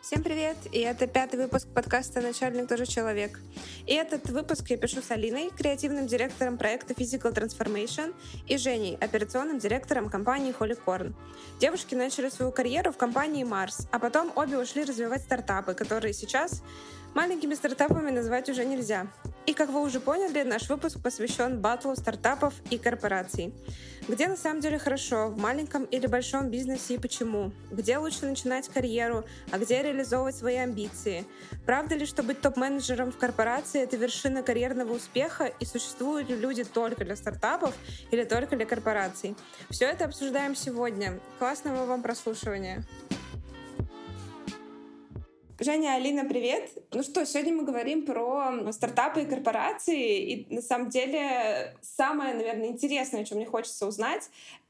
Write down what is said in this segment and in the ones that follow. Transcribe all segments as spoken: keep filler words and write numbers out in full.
Всем привет! И это пятый выпуск подкаста «Начальник тоже человек». И этот выпуск я пишу с Алиной, креативным директором проекта Physical Transformation, и Женей, операционным директором компании HolyCorn. Девушки начали свою карьеру в компании Mars, а потом обе ушли развивать стартапы, которые сейчас маленькими стартапами назвать уже нельзя. И, как вы уже поняли, наш выпуск посвящен баттлу стартапов и корпораций. Где на самом деле хорошо, в маленьком или большом бизнесе и почему? Где лучше начинать карьеру, а где реализовывать свои амбиции? Правда ли, что быть топ-менеджером в корпорации — это вершина карьерного успеха, и существуют ли люди только для стартапов или только для корпораций? Все это обсуждаем сегодня. Классного вам прослушивания! Женя, Алина, привет! Ну что, сегодня мы говорим про стартапы и корпорации, и на самом деле самое, наверное, интересное, о чем мне хочется узнать,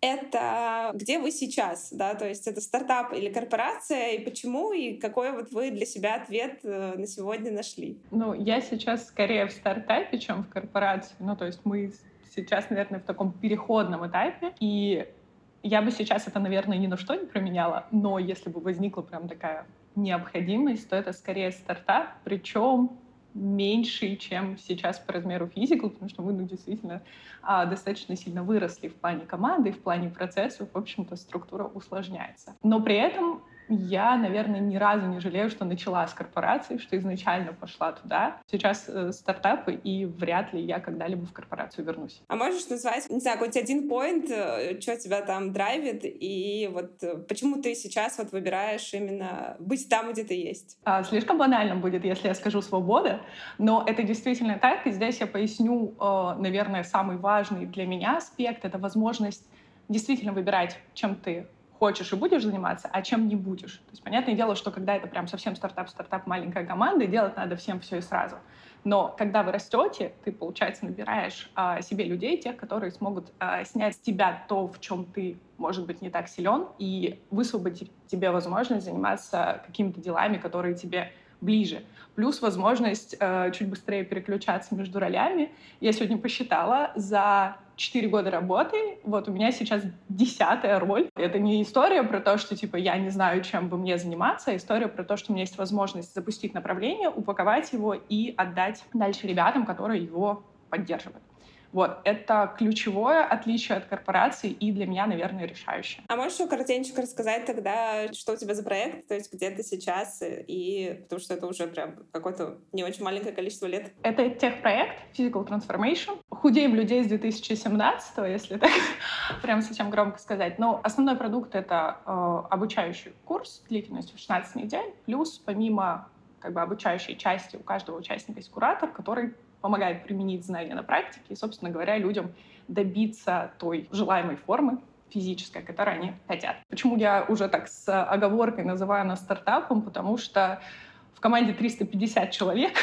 это где вы сейчас, да, то есть это стартап или корпорация, и почему, и какой вот вы для себя ответ на сегодня нашли? Ну, я сейчас скорее в стартапе, чем в корпорации, ну, то есть мы сейчас, наверное, в таком переходном этапе, и я бы сейчас это, наверное, ни на что не променяла, но если бы возникла прям такая необходимость, то это скорее стартап, причем меньше, чем сейчас по размеру Physical, потому что мы ну, действительно а, достаточно сильно выросли в плане команды, в плане процессов, в общем-то, структура усложняется. Но при этом я, наверное, ни разу не жалею, что начала с корпорации, что изначально пошла туда. Сейчас э, стартапы, и вряд ли я когда-либо в корпорацию вернусь. А можешь назвать, не знаю, какой-то один поинт, что тебя там драйвит, и вот почему ты сейчас вот выбираешь именно быть там, где ты есть? А, слишком банально будет, если я скажу «свобода», но это действительно так, и здесь я поясню, э, наверное, самый важный для меня аспект — это возможность действительно выбирать, чем ты хочешь и будешь заниматься, а чем не будешь. То есть, понятное дело, что когда это прям совсем стартап-стартап, маленькая команда, делать надо всем все и сразу. Но когда вы растете, ты, получается, набираешь а, себе людей, тех, которые смогут а, снять с тебя то, в чем ты, может быть, не так силен, и высвободить тебе возможность заниматься какими-то делами, которые тебе ближе. Плюс возможность э, чуть быстрее переключаться между ролями. Я сегодня посчитала, за четыре года работы вот у меня сейчас десятая роль. Это не история про то, что типа я не знаю, чем бы мне заниматься, а история про то, что у меня есть возможность запустить направление, упаковать его и отдать дальше ребятам, которые его поддерживают. Вот, это ключевое отличие от корпорации и для меня, наверное, решающее. А можешь еще коротенько рассказать тогда, что у тебя за проект, то есть где ты сейчас, и потому что это уже прям какое-то не очень маленькое количество лет. Это техпроект Physical Transformation. Худеем людей с две тысячи семнадцатого, если так прям совсем громко сказать. Но основной продукт — это э, обучающий курс длительностью шестнадцать недель, плюс помимо как бы обучающей части у каждого участника есть куратор, который помогает применить знания на практике и, собственно говоря, людям добиться той желаемой формы физической, которую они хотят. Почему я уже так с оговоркой называю нас стартапом? Потому что в команде триста пятьдесят человек,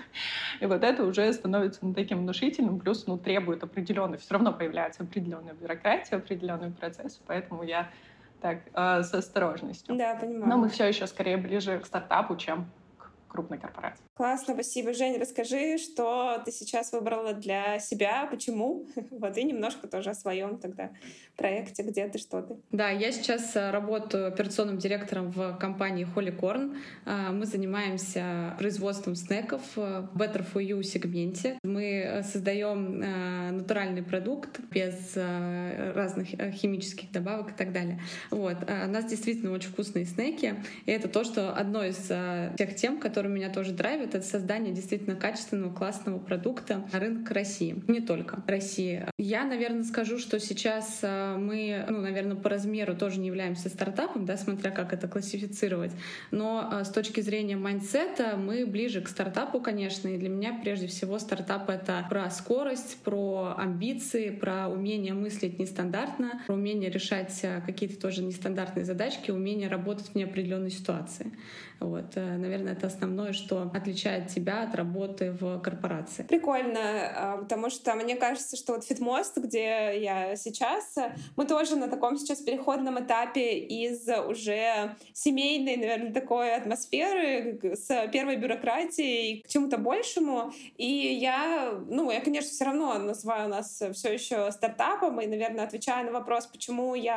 и вот это уже становится ну, таким внушительным, плюс ну, требует определенной, все равно появляется определенная бюрократия, определенный процесс, поэтому я так э, с осторожностью. Да, понимаю. Но мы все еще скорее ближе к стартапу, чем крупной корпорации. Классно, спасибо. Жень, расскажи, что ты сейчас выбрала для себя, почему? Вот, и немножко тоже о своем тогда проекте, где ты, что ты. Да, я сейчас работаю операционным директором в компании HolyCorn. Мы занимаемся производством снеков в Better for You сегменте. Мы создаем натуральный продукт без разных химических добавок и так далее. Вот. У нас действительно очень вкусные снеки, и это то, что одно из тех тем, которые меня тоже драйвит, это создание действительно качественного, классного продукта на рынок России. Не только России. Я, наверное, скажу, что сейчас мы, ну, наверное, по размеру тоже не являемся стартапом, да, смотря как это классифицировать, но с точки зрения майндсета мы ближе к стартапу, конечно, и для меня прежде всего стартап — это про скорость, про амбиции, про умение мыслить нестандартно, про умение решать какие-то тоже нестандартные задачки, умение работать в неопределенной ситуации. Вот, наверное, это основное, что отличает тебя от работы в корпорации. Прикольно, потому что мне кажется, что вот Фитмост, где я сейчас, мы тоже на таком сейчас переходном этапе из уже семейной, наверное, такой атмосферы с первой бюрократией к чему-то большему. И я, ну, я, конечно, все равно называю нас все еще стартапом и, наверное, отвечаю на вопрос, почему я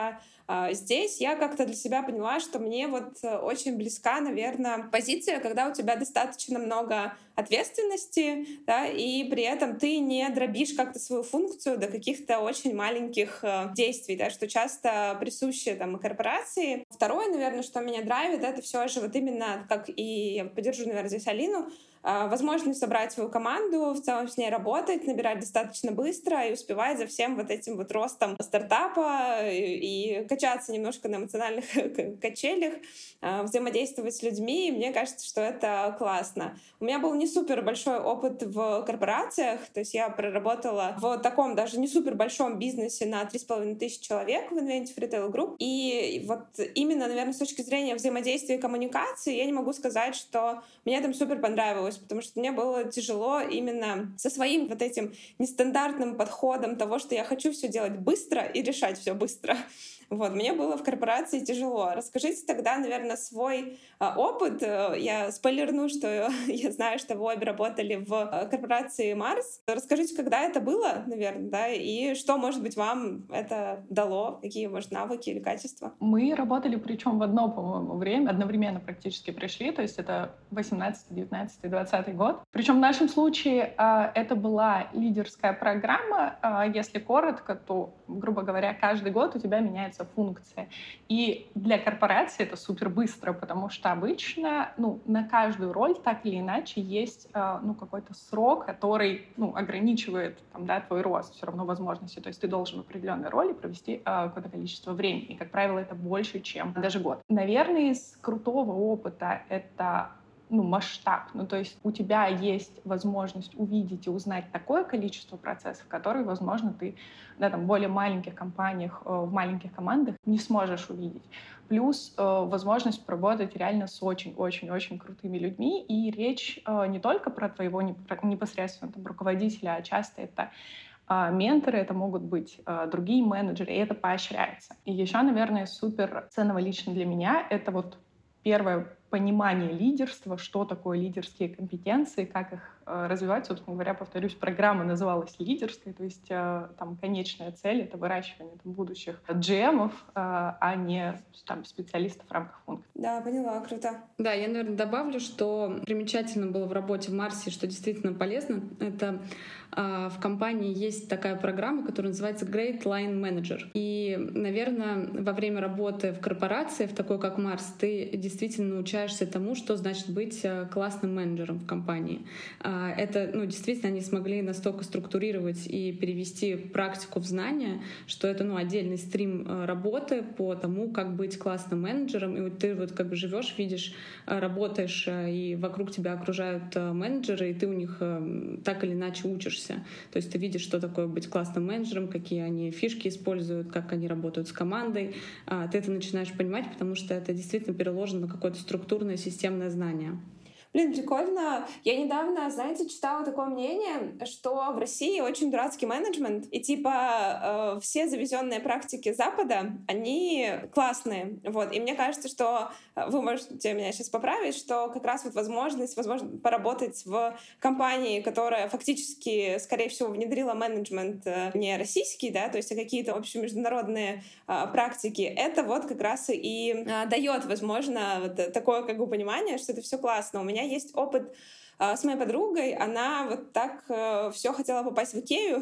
А здесь я как-то для себя поняла, что мне вот очень близка, наверное, позиция, когда у тебя достаточно много ответственности, да, и при этом ты не дробишь как-то свою функцию до каких-то очень маленьких э, действий, да, что часто присуще там и корпорации. Второе, наверное, что меня драйвит, это все же вот именно, как и я поддержу, наверное, здесь Алину, э, возможность собрать свою команду, в целом с ней работать, набирать достаточно быстро и успевать за всем вот этим вот ростом стартапа и, и качаться немножко на эмоциональных качелях, э, взаимодействовать с людьми, и мне кажется, что это классно. У меня был не супер большой опыт в корпорациях, то есть я проработала в таком даже не супер большом бизнесе на три с половиной тысячи человек в Inventive Retail Group. И вот именно, наверное, с точки зрения взаимодействия и коммуникации я не могу сказать, что мне там супер понравилось, потому что мне было тяжело именно со своим вот этим нестандартным подходом того, что я хочу все делать быстро и решать все быстро. Вот, мне было в корпорации тяжело. Расскажите тогда, наверное, свой э, опыт. Я спойлерну, что я знаю, что вы обе работали в э, корпорации Марс. Расскажите, когда это было, наверное, да, и что, может быть, вам это дало, какие, может, навыки или качества? Мы работали, причем в одно, по-моему, время, одновременно практически пришли, то есть это восемнадцатый, девятнадцатый, двадцатый год. Причем в нашем случае э, это была лидерская программа. Э, если коротко, то, грубо говоря, каждый год у тебя меняется функция. И для корпорации это супер быстро, потому что обычно ну, на каждую роль так или иначе есть э, ну, какой-то срок, который ну, ограничивает там, да, твой рост, все равно возможности. То есть ты должен в определенной роли провести э, какое-то количество времени. И, как правило, это больше, чем даже год. Наверное, из крутого опыта это ну, масштаб. Ну, то есть у тебя есть возможность увидеть и узнать такое количество процессов, которые, возможно, ты да, там, в более маленьких компаниях, э, в маленьких командах не сможешь увидеть. Плюс э, возможность поработать реально с очень-очень-очень крутыми людьми. И речь э, не только про твоего непосредственно там, руководителя, а часто это э, менторы, это могут быть э, другие менеджеры, и это поощряется. И еще, наверное, супер ценного лично для меня — это вот первое понимание лидерства, что такое лидерские компетенции, как их э, развивать. Собственно говоря, повторюсь, программа называлась лидерской, то есть э, там конечная цель — это выращивание там, будущих джи эмов, э, а не там, специалистов в рамках функций. Да, поняла, круто. Да, я, наверное, добавлю, что примечательно было в работе в Марсе, что действительно полезно. Это э, в компании есть такая программа, которая называется Great Line Manager. И, наверное, во время работы в корпорации, в такой как Марс, ты действительно научаешься тому, что значит быть классным менеджером в компании. Это, ну, действительно, они смогли настолько структурировать и перевести практику в знания, что это, ну, отдельный стрим работы по тому, как быть классным менеджером. И вот ты вот как бы живешь, видишь, работаешь, и вокруг тебя окружают менеджеры, и ты у них так или иначе учишься. То есть ты видишь, что такое быть классным менеджером, какие они фишки используют, как они работают с командой. Ты это начинаешь понимать, потому что это действительно переложено на какой-то структурное системное знание. Блин, прикольно. Я недавно, знаете, читала такое мнение, что в России очень дурацкий менеджмент, и типа э, все завезенные практики Запада, они классные. Вот. И мне кажется, что вы можете меня сейчас поправить, что как раз вот возможность, возможно, поработать в компании, которая фактически, скорее всего, внедрила менеджмент э, не российский, да, то есть а какие-то общемеждународные э, практики, это вот как раз и э, дает, возможно, вот такое как бы понимание, что это все классно. У меня есть опыт э, с моей подругой. Она вот так э, все хотела попасть в Икею,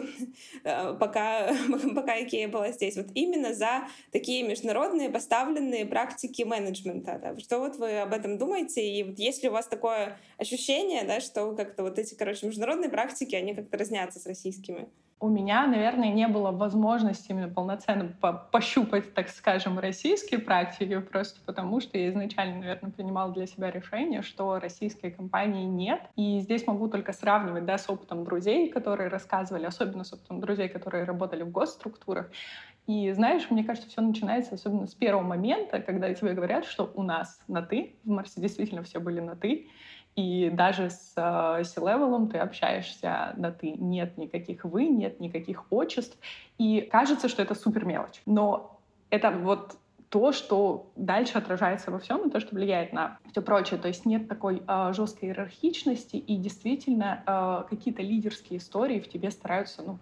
э, пока, пока Икея была здесь. Вот именно за такие международные поставленные практики менеджмента. Да. Что вот вы об этом думаете? И вот есть ли у вас такое ощущение, да, что как-то вот эти, короче, международные практики, они как-то разнятся с российскими? У меня, наверное, не было возможности именно полноценно по пощупать, так скажем, российские практики, просто потому что я изначально, наверное, принимала для себя решение, что российской компании нет. И здесь могу только сравнивать, да, с опытом друзей, которые рассказывали, особенно с опытом друзей, которые работали в госструктурах. И знаешь, мне кажется, все начинается особенно с первого момента, когда тебе говорят, что у нас на «ты», в Марсе действительно все были на «ты», и даже с э, C-левелом ты общаешься на «ты». Нет никаких «вы», нет никаких отчеств. И кажется, что это супер мелочь. Но это вот то, что дальше отражается во всем, и то, что влияет на все прочее. То есть нет такой э, жесткой иерархичности, и действительно э, какие-то лидерские истории в тебе стараются ну,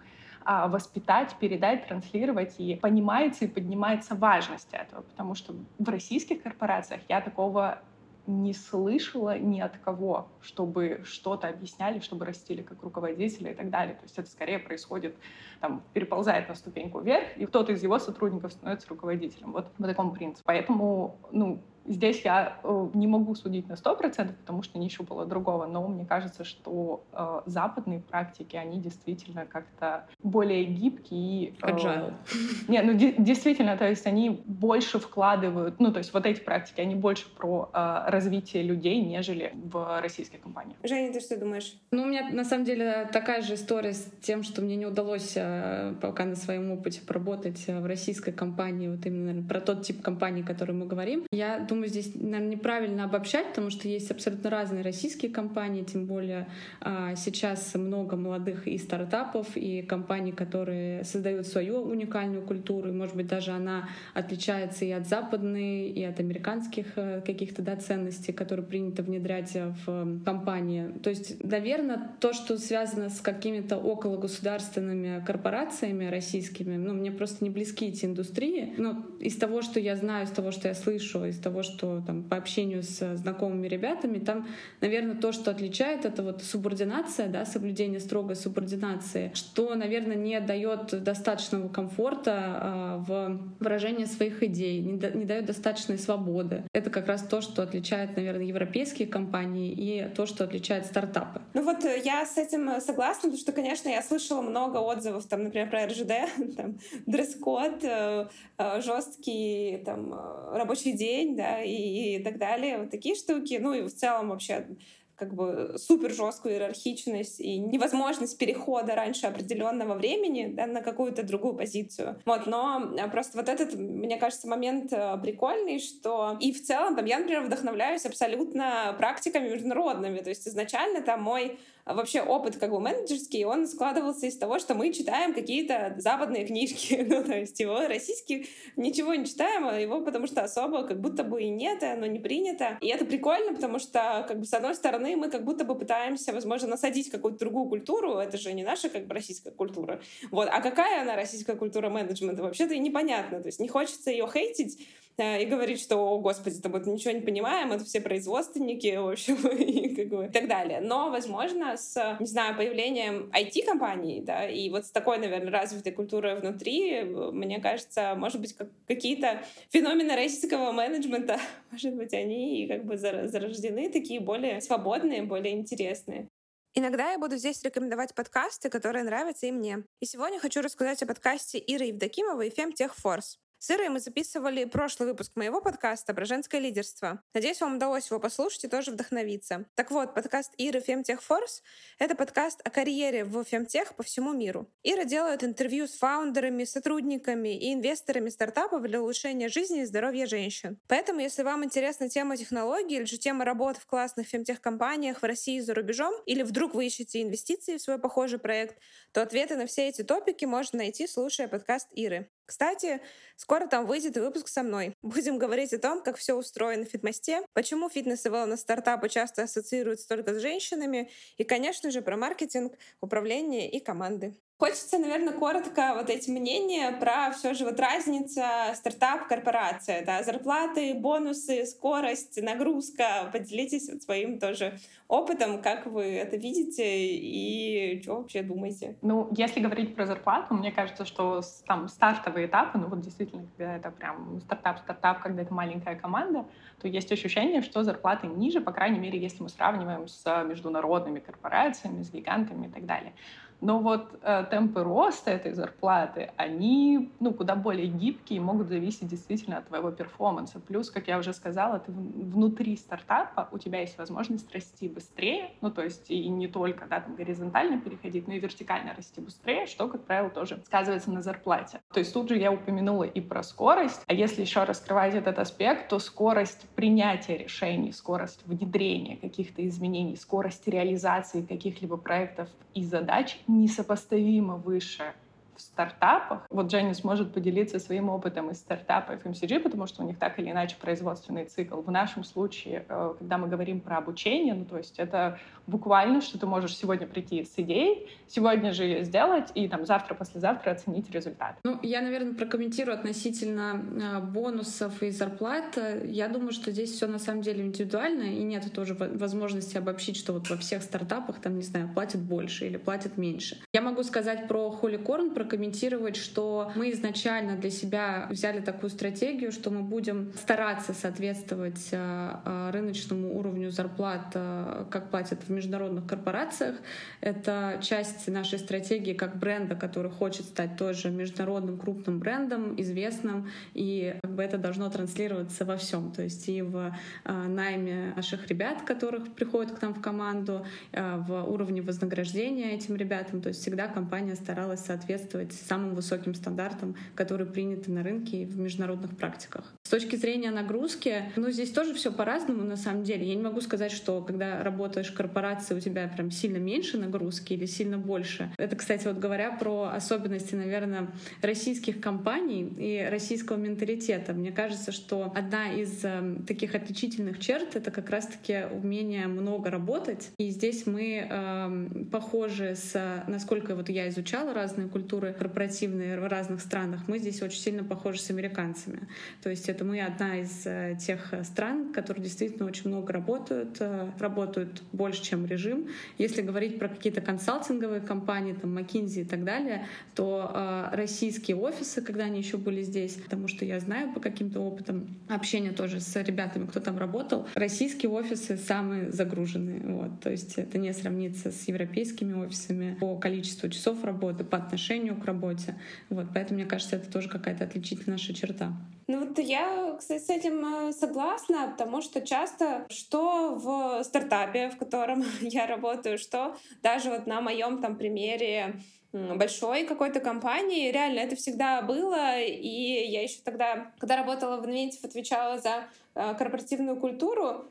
а, воспитать, передать, транслировать, и понимается и поднимается важность этого. Потому что в российских корпорациях я такого не слышала ни от кого, чтобы что-то объясняли, чтобы растили как руководителя и так далее. То есть это скорее происходит, там, переползает на ступеньку вверх, и кто-то из его сотрудников становится руководителем. Вот по такому принципу. Поэтому, ну, здесь я э, не могу судить на сто процентов, потому что не щупала другого, но мне кажется, что э, западные практики, они действительно как-то более гибкие. Э, Agile. Не, ну де- действительно, то есть они больше вкладывают, ну то есть вот эти практики, они больше про э, развитие людей, нежели в российских компаниях. Женя, ты что думаешь? Ну, у меня на самом деле такая же история с тем, что мне не удалось э, пока на своем опыте поработать в российской компании, вот именно, наверное, про тот тип компании, о которой мы говорим. Я думаю, здесь, наверное, неправильно обобщать, потому что есть абсолютно разные российские компании, тем более а, сейчас много молодых и стартапов, и компаний, которые создают свою уникальную культуру, и, может быть, даже она отличается и от западной, и от американских а, каких-то, да, ценностей, которые принято внедрять в компании. То есть, наверное, то, что связано с какими-то окологосударственными корпорациями российскими, ну, мне просто не близки эти индустрии, но из того, что я знаю, из того, что я слышу, из того, что там по общению с знакомыми ребятами, там, наверное, то, что отличает, это вот субординация, да, соблюдение строгой субординации, что, наверное, не дает достаточного комфорта э, в выражении своих идей, не, да, не дает достаточной свободы. Это как раз то, что отличает, наверное, европейские компании и то, что отличает стартапы. Ну вот я с этим согласна, потому что, конечно, я слышала много отзывов, там, например, про эр жэ дэ, там, дресс-код, э, э, жесткий там, рабочий день, да, и, и так далее, вот такие штуки. Ну и в целом вообще как бы супер жесткую иерархичность и невозможность перехода раньше определенного времени, да, на какую-то другую позицию. Вот, но просто вот этот, мне кажется, момент прикольный, что и в целом там я, например, вдохновляюсь абсолютно практиками международными. То есть изначально там мой вообще опыт как бы менеджерский, он складывался из того, что мы читаем какие-то западные книжки. Ну, то есть его российских ничего не читаем, а его потому что особо как будто бы и нет, и оно не принято. И это прикольно, потому что, как бы, с одной стороны, мы как будто бы пытаемся, возможно, насадить какую-то другую культуру. Это же не наша как бы российская культура. Вот. А какая она российская культура менеджмента? Вообще-то и непонятно. То есть не хочется ее хейтить и говорить, что, о, господи, там мы ничего не понимаем, это все производственники, в общем, и, как бы, и так далее. Но, возможно, с, не знаю, появлением ай ти-компаний, да, и вот с такой, наверное, развитой культурой внутри, мне кажется, может быть, как, какие-то феномены российского менеджмента, может быть, они как бы зарождены, такие более свободные, более интересные. Иногда я буду здесь рекомендовать подкасты, которые нравятся и мне. И сегодня хочу рассказать о подкасте Иры Евдокимовой «Femtech Force». С Ирой мы записывали прошлый выпуск моего подкаста про женское лидерство. Надеюсь, вам удалось его послушать и тоже вдохновиться. Так вот, подкаст Иры Femtech Force — это подкаст о карьере в фемтех по всему миру. Ира делает интервью с фаундерами, сотрудниками и инвесторами стартапов для улучшения жизни и здоровья женщин. Поэтому, если вам интересна тема технологий или же тема работы в классных фемтех-компаниях в России и за рубежом, или вдруг вы ищете инвестиции в свой похожий проект, то ответы на все эти топики можно найти, слушая подкаст Иры. Кстати, скоро там выйдет и выпуск со мной. Будем говорить о том, как все устроено в фитмосте, почему фитнес и велнес-стартапы часто ассоциируются только с женщинами, и, конечно же, про маркетинг, управление и команды. Хочется, наверное, коротко вот эти мнения про все же вот разница стартап-корпорация, да, зарплаты, бонусы, скорость, нагрузка. Поделитесь вот своим тоже опытом, как вы это видите и что вообще думаете. Ну, если говорить про зарплату, мне кажется, что там стартовые этапы, ну вот действительно, когда это прям стартап-стартап, когда это маленькая команда, то есть ощущение, что зарплаты ниже, по крайней мере, если мы сравниваем с международными корпорациями, с гигантами и так далее. Но вот э, темпы роста этой зарплаты, они, ну, куда более гибкие и могут зависеть действительно от твоего перформанса. Плюс, как я уже сказала, ты внутри стартапа, у тебя есть возможность расти быстрее, ну, то есть и не только, да, там, горизонтально переходить, но и вертикально расти быстрее, что, как правило, тоже сказывается на зарплате. То есть тут же я упомянула и про скорость, а если еще раскрывать этот аспект, то скорость принятия решений, скорость внедрения каких-то изменений, скорость реализации каких-либо проектов и задач несопоставимо выше в стартапах. Вот Женя сможет поделиться своим опытом из стартапа эф эм си джи, потому что у них так или иначе производственный цикл. В нашем случае, когда мы говорим про обучение, ну, то есть это буквально, что ты можешь сегодня прийти с идеей, сегодня же ее сделать, и там завтра, послезавтра оценить результат. Ну, я, наверное, прокомментирую относительно э, бонусов и зарплат. Я думаю, что здесь все на самом деле индивидуально, и нет тоже возможности обобщить, что вот во всех стартапах, там, не знаю, платят больше или платят меньше. Я могу сказать про Holycorn, прокомментировать, что мы изначально для себя взяли такую стратегию, что мы будем стараться соответствовать э, рыночному уровню зарплат, э, как платят в международных корпорациях. Это часть нашей стратегии как бренда, который хочет стать тоже международным крупным брендом, известным, и как бы это должно транслироваться во всем, то есть и в э, найме наших ребят, которых приходят к нам в команду, э, в уровне вознаграждения этим ребятам, то есть всегда компания старалась соответствовать самым высоким стандартам, которые приняты на рынке и в международных практиках. С точки зрения нагрузки, ну здесь тоже все по-разному на самом деле. Я не могу сказать, что когда работаешь в корпорации, у тебя прям сильно меньше нагрузки или сильно больше. Это, кстати, вот говоря про особенности, наверное, российских компаний и российского менталитета. Мне кажется, что одна из э, таких отличительных черт — это как раз-таки умение много работать. И здесь мы э, похожи с, насколько вот я изучала разные культуры корпоративные в разных странах, мы здесь очень сильно похожи с американцами. То есть это мы одна из э, тех стран, которые действительно очень много работают, э, работают больше, чем режим. Если говорить про какие-то консалтинговые компании, там McKinsey и так далее, то э, российские офисы, когда они еще были здесь, потому что я знаю по каким-то опытам общения тоже с ребятами, кто там работал, российские офисы самые загруженные. Вот. То есть это не сравнится с европейскими офисами по количеству часов работы, по отношению к работе. Вот. Поэтому, мне кажется, это тоже какая-то отличительная наша черта. Ну вот я, кстати, с этим согласна, потому что часто, что в стартапе, в котором я работаю, что даже вот на моем там примере большой какой-то компании, реально это всегда было, и я еще тогда, когда работала в Inventive, отвечала за корпоративную культуру.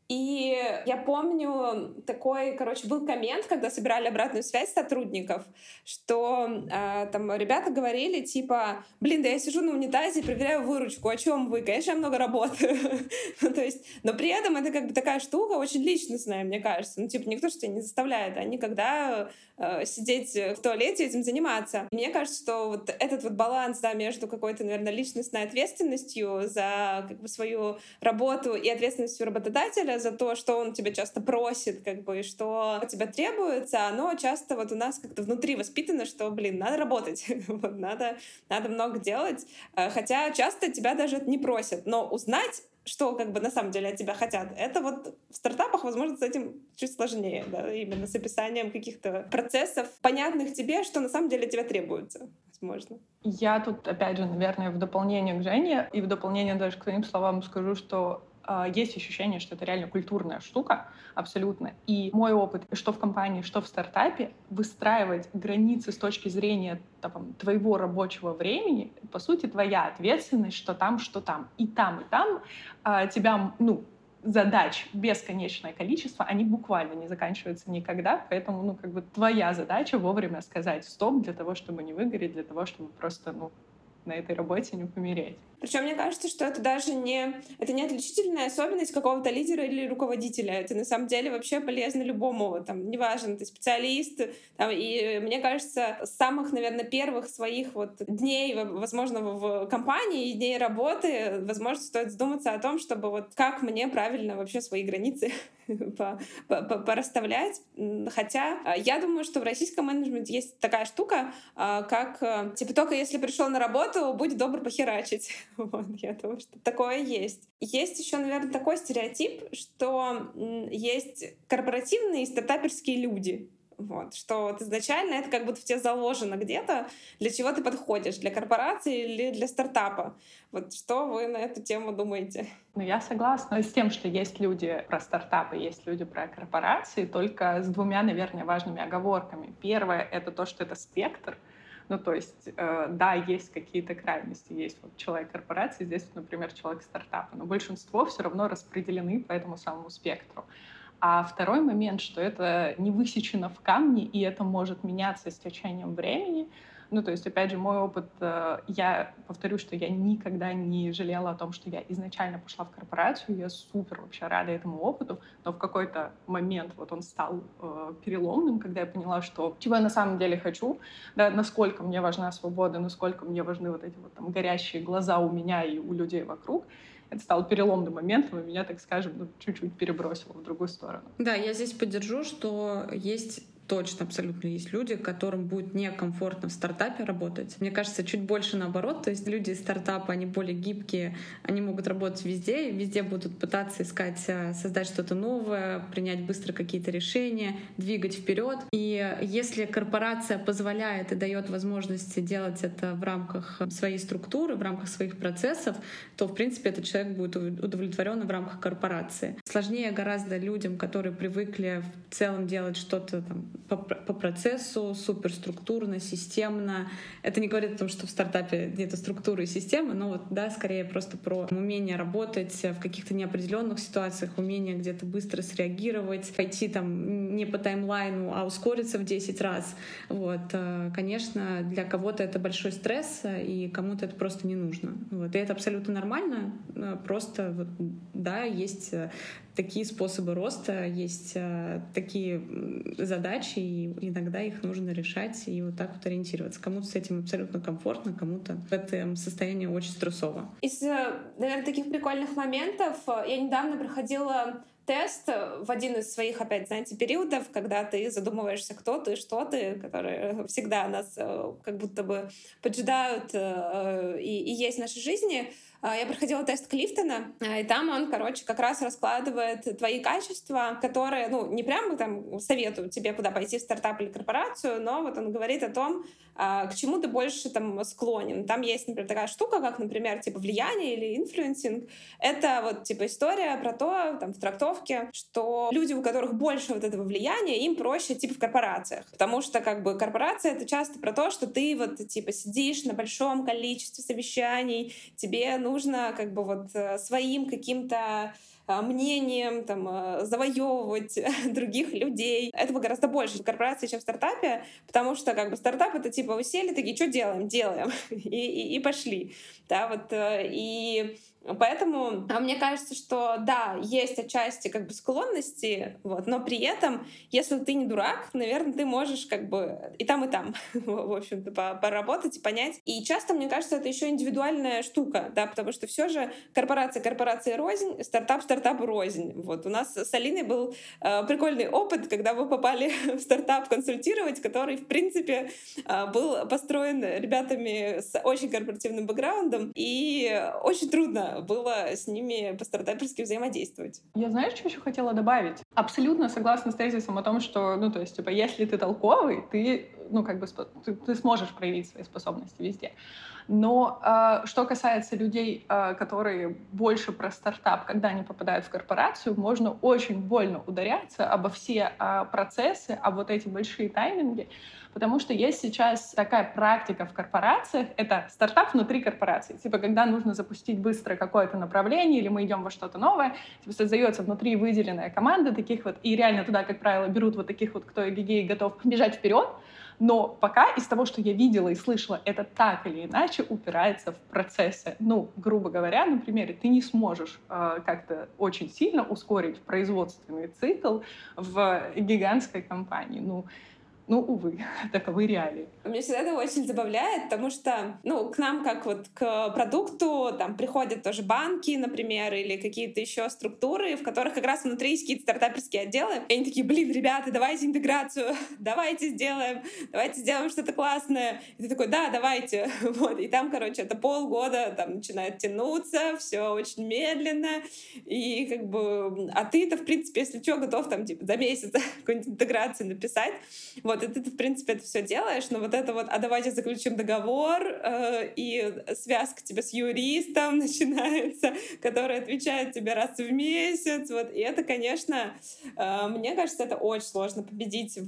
И я помню, такой, короче, был коммент, когда собирали обратную связь сотрудников, что э, там ребята говорили, типа, блин, да я сижу на унитазе и проверяю выручку, о чем вы? Конечно, я много работаю. Ну, то есть, но при этом это как бы такая штука очень личностная, мне кажется. Ну, типа, никто же тебя не заставляет, а никогда э, сидеть в туалете этим заниматься. И мне кажется, что вот этот вот баланс, да, между какой-то, наверное, личностной ответственностью за как бы свою работу и ответственностью работодателя за то, что он тебя часто просит, как бы, и что от тебя требуется, оно часто вот у нас как-то внутри воспитано, что, блин, надо работать, вот, надо, надо много делать, хотя часто тебя даже это не просят, но узнать, что как бы на самом деле от тебя хотят, это вот в стартапах, возможно, с этим чуть сложнее, да, именно с описанием каких-то процессов, понятных тебе, что на самом деле от тебя требуется, возможно. Я тут, опять же, наверное, в дополнение к Жене и в дополнение даже к твоим словам скажу, что есть ощущение, что это реально культурная штука, абсолютно. И мой опыт, что в компании, что в стартапе, выстраивать границы с точки зрения там, твоего рабочего времени, по сути, твоя ответственность, что там, что там. И там, и там а, тебя, ну, задач бесконечное количество, они буквально не заканчиваются никогда, поэтому, ну, как бы твоя задача вовремя сказать стоп для того, чтобы не выгореть, для того, чтобы просто, ну, на этой работе не помереть. Причем мне кажется, что это даже не, это не отличительная особенность какого-то лидера или руководителя. Это на самом деле вообще полезно любому. Там, неважно, ты специалист. Там, и мне кажется, с самых, наверное, первых своих вот дней, возможно, в компании, дней работы, возможно, стоит задуматься о том, чтобы вот как мне правильно вообще свои границы порасставлять. Хотя я думаю, что в российском менеджменте есть такая штука, как, типа, только если пришел на работу, будь добр похерачить. Вот, я думаю, что такое есть. Есть еще, наверное, такой стереотип, что есть корпоративные и стартаперские люди. Вот, что вот изначально это как будто в тебе заложено где-то, для чего ты подходишь, для корпорации или для стартапа. Вот что вы на эту тему думаете? Ну, я согласна с тем, что есть люди про стартапы, есть люди про корпорации, только с двумя, наверное, важными оговорками. Первое — это то, что это спектр. Ну, то есть, э, да, есть какие-то крайности. Есть вот человек корпорации, здесь, например, человек стартапа. Но большинство все равно распределены по этому самому спектру. А второй момент, что это не высечено в камне, и это может меняться с течением времени. Ну, то есть, опять же, мой опыт, э, я повторю, что я никогда не жалела о том, что я изначально пошла в корпорацию, я супер вообще рада этому опыту, но в какой-то момент вот он стал э, переломным, когда я поняла, что чего я на самом деле хочу, да, насколько мне важна свобода, насколько мне важны вот эти вот там горящие глаза у меня и у людей вокруг. Это стало переломным моментом, и меня, так скажем, ну, чуть-чуть перебросило в другую сторону. Да, я здесь поддержу, что есть точно абсолютно есть люди, которым будет некомфортно в стартапе работать. Мне кажется, чуть больше наоборот. То есть люди из стартапа, они более гибкие, они могут работать везде, везде будут пытаться искать, создать что-то новое, принять быстро какие-то решения, двигать вперед. И если корпорация позволяет и дает возможность делать это в рамках своей структуры, в рамках своих процессов, то, в принципе, этот человек будет удовлетворен в рамках корпорации. Сложнее гораздо людям, которые привыкли в целом делать что-то там по, по процессу, суперструктурно, системно. Это не говорит о том, что в стартапе нет структуры и системы, но вот, да, скорее просто про умение работать в каких-то неопределенных ситуациях, умение где-то быстро среагировать, пойти там не по таймлайну, а ускориться в десять раз. Вот. Конечно, для кого-то это большой стресс, и кому-то это просто не нужно. Вот. И это абсолютно нормально. Просто, вот, да, есть такие способы роста, есть э, такие задачи, и иногда их нужно решать и вот так вот ориентироваться. Кому-то с этим абсолютно комфортно, кому-то в этом состоянии очень стрессово. Из, наверное, таких прикольных моментов я недавно проходила тест в один из своих, опять, знаете, периодов, когда ты задумываешься, кто ты, что ты, которые всегда нас как будто бы поджидают и, и есть в нашей жизни. Я проходила тест Клифтона, и там он, короче, как раз раскладывает твои качества, которые, ну, не прямо там советуют тебе, куда пойти в стартап или корпорацию, но вот он говорит о том, к чему ты больше там склонен. Там есть, например, такая штука, как, например, типа влияние или инфлюенсинг. Это вот типа история про то, там, в трактовке, что люди, у которых больше вот этого влияния, им проще типа в корпорациях. Потому что как бы корпорация — это часто про то, что ты вот типа сидишь на большом количестве совещаний, тебе нужно как бы вот своим каким-то мнением там, завоевывать других людей. Этого гораздо больше в корпорации, чем в стартапе, потому что как бы стартап — это типа вы сели, такие, что делаем? Делаем. и, и, и пошли. Да, вот, и поэтому мне кажется, что да, есть отчасти как бы склонности, вот, но при этом, если ты не дурак, наверное, ты можешь как бы и там, и там, в общем-то, поработать и понять. И часто, мне кажется, это еще индивидуальная штука, да, потому что все же корпорация корпорации рознь, стартап стартап рознь. Вот у нас с Алиной был э, прикольный опыт, когда мы попали в стартап консультировать, который, в принципе, э, был построен ребятами с очень корпоративным бэкграундом, и очень трудно было с ними по-стартаперски взаимодействовать. Я, знаешь, что еще хотела добавить? Абсолютно согласна с тезисом о том, что, ну, то есть, типа, если ты толковый, ты, ну, как бы, ты, ты сможешь проявить свои способности везде. Но э, что касается людей, э, которые больше про стартап, когда они попадают в корпорацию, можно очень больно ударяться обо все э, процессы, об вот эти большие тайминги, потому что есть сейчас такая практика в корпорациях, это стартап внутри корпорации. Типа, когда нужно запустить быстро какое-то направление, или мы идем во что-то новое, типа, создается внутри выделенная команда таких вот, и реально туда, как правило, берут вот таких вот, кто эгегей готов бежать вперед. Но пока из того, что я видела и слышала, это так или иначе упирается в процессы. Ну, грубо говоря, на примере, ты не сможешь э, как-то очень сильно ускорить производственный цикл в гигантской компании. Ну, Ну, увы, таковы реалии. Меня всегда это очень забавляет, потому что, ну, к нам, как вот к продукту, там приходят тоже банки, например, или какие-то еще структуры, в которых как раз внутри есть какие-то стартаперские отделы. И они такие, блин, ребята, давайте интеграцию, давайте сделаем, давайте сделаем что-то классное. И ты такой, да, давайте. Вот. И там, короче, это полгода там начинает тянуться, все очень медленно. И как бы, а ты-то, в принципе, если что, готов там, типа, за месяц какую-нибудь интеграцию написать. Вот. Вот, и ты, в принципе, это все делаешь, но вот это вот, а давайте заключим договор, э, и связка тебе с юристом начинается, который отвечает тебе раз в месяц, вот, и это, конечно, э, мне кажется, это очень сложно победить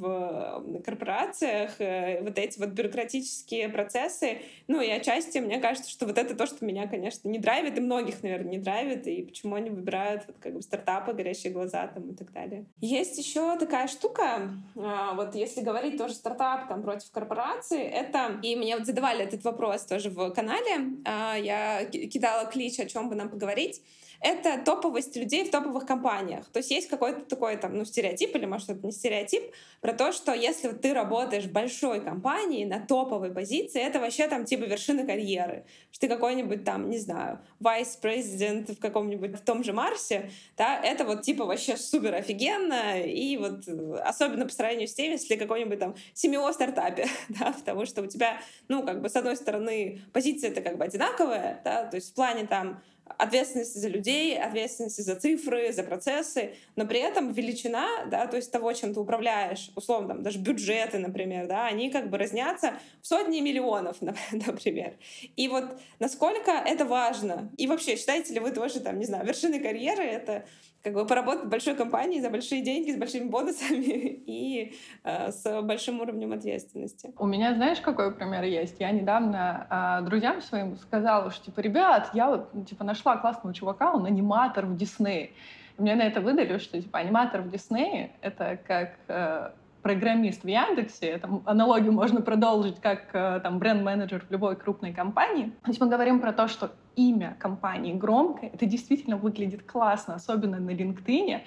в корпорациях, э, вот эти вот бюрократические процессы, ну, и отчасти, мне кажется, что вот это то, что меня, конечно, не драйвит, и многих, наверное, не драйвит, и почему они выбирают вот, как бы стартапы, горящие глаза там и так далее. Есть еще такая штука, э, вот если говорить говорить тоже стартап там против корпорации, это... И мне вот задавали этот вопрос тоже в канале. Я кидала клич, о чем бы нам поговорить. Это топовость людей в топовых компаниях. То есть есть какой-то такой там, ну, стереотип, или, может, это не стереотип, про то, что если ты работаешь в большой компании на топовой позиции, это вообще там типа вершина карьеры. Что ты какой-нибудь там, не знаю, vice-president в каком-нибудь в том же Марсе, да, это вот типа вообще супер офигенно, и вот особенно по сравнению с тем, если какой-нибудь там си эм о-стартапе, да, потому что у тебя, ну, как бы, с одной стороны, позиция-то как бы одинаковая, да, то есть в плане там ответственности за людей, ответственности за цифры, за процессы, но при этом величина, да, то есть того, чем ты управляешь, условно, там, даже бюджеты, например, да, они как бы разнятся в сотни миллионов, например. И вот насколько это важно? И вообще, считаете ли вы тоже, там, не знаю, вершиной карьеры — это как бы поработать в большой компании за большие деньги, с большими бонусами и э, с большим уровнем ответственности? У меня, знаешь, какой пример есть? Я недавно э, друзьям своим сказала, что, типа, ребят, я вот, типа, нашла классного чувака, он аниматор в Диснее. И мне на это выдали, что, типа, аниматор в Диснее — это как э, программист в Яндексе. Это аналогию можно продолжить как э, там бренд-менеджер в любой крупной компании. То есть мы говорим про то, что имя компании громкое, это действительно выглядит классно, особенно на LinkedIn,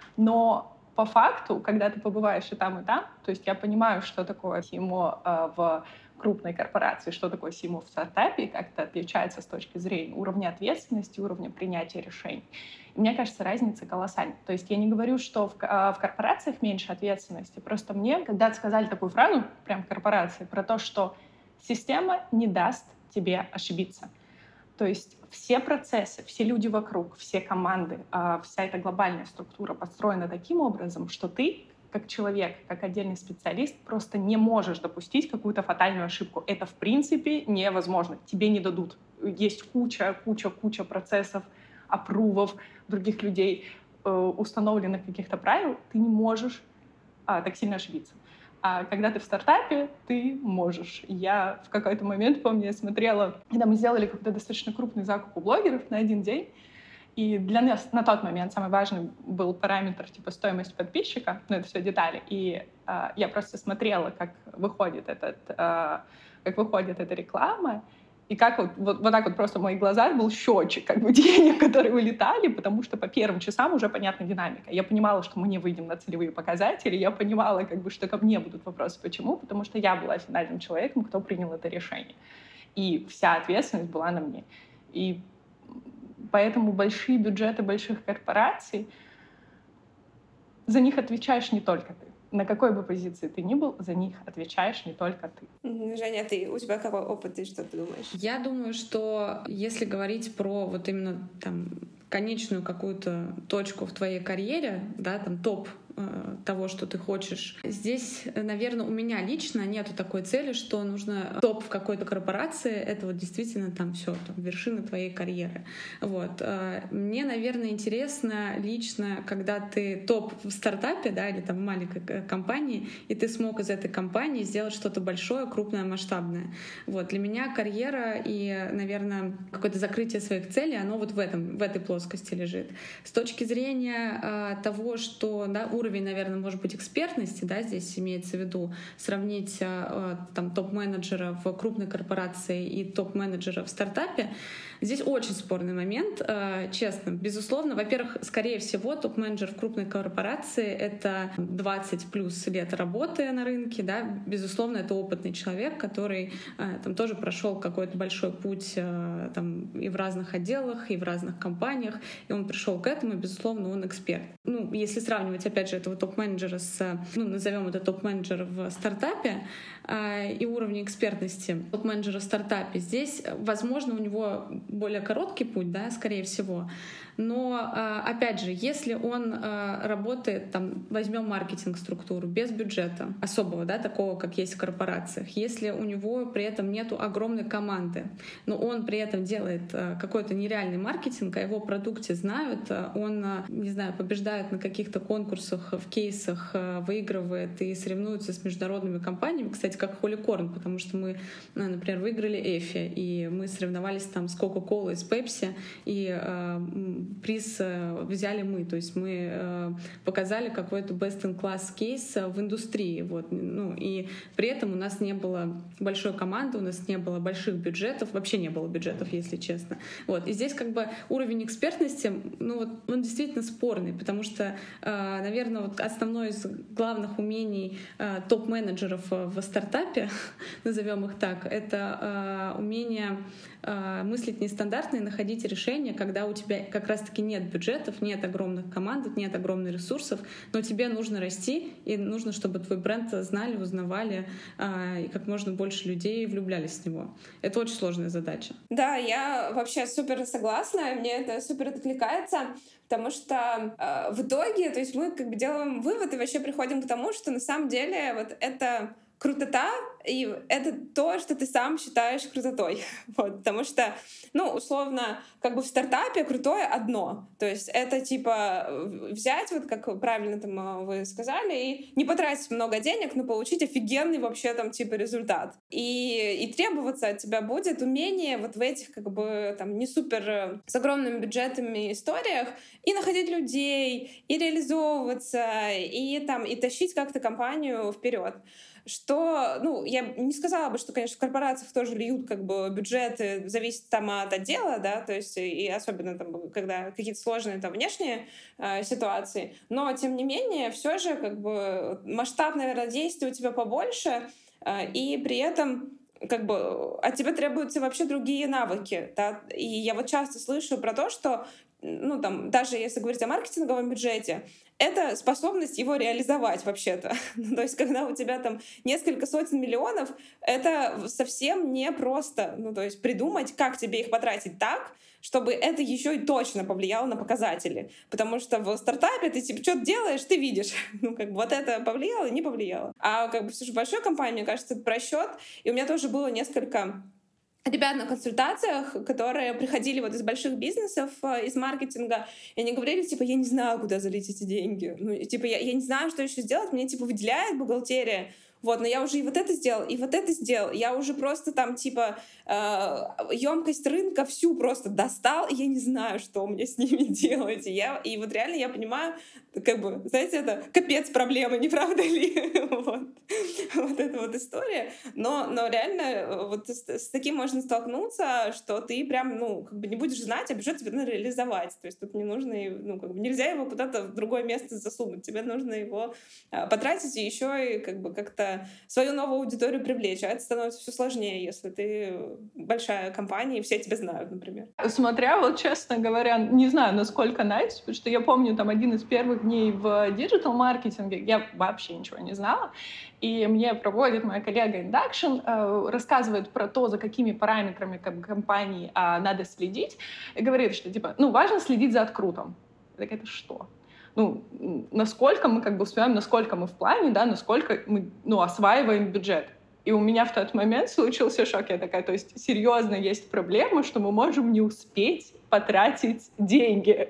но по факту, когда ты побываешь и там, и там, то есть я понимаю, что такое си эм о э, в крупной корпорации, что такое си эм о в стартапе, и как это отличается с точки зрения уровня ответственности, уровня принятия решений. И мне кажется, разница колоссальна. То есть я не говорю, что в, в корпорациях меньше ответственности, просто мне когда-то сказали такую фразу, прям в корпорации, про то, что система не даст тебе ошибиться. То есть все процессы, все люди вокруг, все команды, вся эта глобальная структура построена таким образом, что ты, как человек, как отдельный специалист, просто не можешь допустить какую-то фатальную ошибку. Это, в принципе, невозможно. Тебе не дадут. Есть куча, куча, куча процессов, апрувов других людей, установленных каких-то правил. Ты не можешь а, так сильно ошибиться. А когда ты в стартапе, ты можешь. Я в какой-то момент, помню, я смотрела, когда мы сделали какой-то достаточно крупный закуп у блогеров на один день, и для нас на тот момент самый важный был параметр типа стоимость подписчика, ну это все детали. И э, я просто смотрела, как выходит, этот, э, как выходит эта реклама, и как вот, вот, вот так вот просто в моих глазах был счетчик как бы денег, которые вылетали, потому что по первым часам уже понятна динамика. Я понимала, что мы не выйдем на целевые показатели, я понимала, как бы, что ко мне будут вопросы, почему, потому что я была финальным человеком, кто принял это решение. И вся ответственность была на мне. И поэтому большие бюджеты больших корпораций, за них отвечаешь не только ты. На какой бы позиции ты ни был, за них отвечаешь не только ты. Женя, ты, у тебя какой опыт, и что ты думаешь? Я думаю, что если говорить про вот именно там конечную какую-то точку в твоей карьере, да, там топ э, того, что ты хочешь. Здесь, наверное, у меня лично нету такой цели, что нужно топ в какой-то корпорации, это вот действительно там все, там, вершина твоей карьеры. Вот. Э, мне, наверное, интересно лично, когда ты топ в стартапе, да, или там в маленькой компании, и ты смог из этой компании сделать что-то большое, крупное, масштабное. Вот. Для меня карьера и, наверное, какое-то закрытие своих целей, оно вот в этом, в этой плоскости лежит. С точки зрения э, того, что да, уровень, наверное, может быть экспертности, да, здесь имеется в виду сравнить э, там, топ-менеджера в крупной корпорации и топ-менеджера в стартапе, здесь очень спорный момент, э, честно. Безусловно, во-первых, скорее всего, топ-менеджер в крупной корпорации — это двадцать плюс лет работы на рынке, да, безусловно, это опытный человек, который э, там тоже прошел какой-то большой путь э, там, и в разных отделах, и в разных компаниях, и он пришел к этому, и, безусловно, он эксперт. Ну, если сравнивать, опять же, этого топ-менеджера с, ну, назовем это топ-менеджер в стартапе э, и уровень экспертности топ-менеджера в стартапе, здесь, возможно, у него более короткий путь, да, скорее всего. Но, опять же, если он работает, там, возьмем маркетинг-структуру без бюджета особого, да, такого, как есть в корпорациях, если у него при этом нету огромной команды, но он при этом делает какой-то нереальный маркетинг, о его продукте знают, он, не знаю, побеждает побеждают на каких-то конкурсах, в кейсах, выигрывает и соревнуется с международными компаниями, кстати, как Holycorn, потому что мы, например, выиграли Эфи, и мы соревновались там с Coca-Cola, с Pepsi, и э, приз взяли мы, то есть мы э, показали какой-то best-in-class кейс в индустрии, вот, ну, и при этом у нас не было большой команды, у нас не было больших бюджетов, вообще не было бюджетов, если честно. Вот. И здесь как бы уровень экспертности, ну вот, он действительно спорный, потому что, э, наверное, вот основное из главных умений э, топ-менеджеров в стартапе, назовем их так, это э, умение э, мыслить нестандартно и находить решения, когда у тебя как раз-таки нет бюджетов, нет огромных команд, нет огромных ресурсов, но тебе нужно расти, и нужно, чтобы твой бренд знали, узнавали, э, и как можно больше людей влюблялись в него. Это очень сложная задача. Да, я вообще супер согласна, мне это супер откликается, потому что э, в итоге, то есть мы как бы делаем вывод и вообще приходим к тому, что на самом деле вот это крутота, и это то, что ты сам считаешь крутотой. Вот, потому что, ну, условно, как бы в стартапе крутое одно. То есть это типа взять, вот как правильно там вы сказали, и не потратить много денег, но получить офигенный вообще там типа результат. И, и требоваться от тебя будет умение вот в этих как бы там не супер с огромными бюджетами историях и находить людей, и реализовываться, и там, и тащить как-то компанию вперед. Что, ну, я не сказала бы, что, конечно, в корпорациях тоже льют как бы бюджеты, зависит там от отдела, да, то есть и особенно там, когда какие-то сложные там внешние э, ситуации, но, тем не менее, все же как бы масштаб, наверное, действий у тебя побольше, э, и при этом как бы от тебя требуются вообще другие навыки, да, и я вот часто слышу про то, что, ну, там, даже если говорить о маркетинговом бюджете, это способность его реализовать вообще-то. То есть, когда у тебя там несколько сотен миллионов, это совсем не просто, ну, то есть придумать, как тебе их потратить так, чтобы это еще и точно повлияло на показатели. Потому что в стартапе ты типа что-то делаешь, ты видишь, ну, как бы вот это повлияло, не повлияло. А как бы все же в большой компании, мне кажется, это просчет. И у меня тоже было несколько ребят на консультациях, которые приходили вот из больших бизнесов, из маркетинга, и они говорили, типа, я не знаю, куда залить эти деньги. Ну, типа, я, я не знаю, что еще сделать, мне, типа, выделяет бухгалтерия, вот, но я уже и вот это сделал, и вот это сделал. Я уже просто там, типа, э, емкость рынка всю просто достал, и я не знаю, что мне с ними делать. И, я, и вот реально я понимаю, как бы, знаете, это капец проблемы, не правда ли? Вот. Вот эта вот история. Но, но реально вот с, с таким можно столкнуться, что ты прям, ну, как бы не будешь знать, а бюджет тебе надо реализовать. То есть тут не нужно, ну, как бы нельзя его куда-то в другое место засунуть. Тебе нужно его а, потратить и еще и как бы как-то свою новую аудиторию привлечь. А это становится все сложнее, если ты большая компания, и все тебя знают, например. Смотря, вот честно говоря, не знаю, насколько nice, потому что я помню там один из первых дней в диджитал-маркетинге, я вообще ничего не знала, и мне проводит моя коллега Induction, э, рассказывает про то, за какими параметрами как бы, компании э, надо следить, и говорит, что типа, ну, важно следить за открутом. Я такая, это что? Ну, насколько мы как бы успеваем, насколько мы в плане, да, насколько мы, ну, осваиваем бюджет. И у меня в тот момент случился шок. Я такая, то есть серьезно есть проблема, что мы можем не успеть потратить деньги.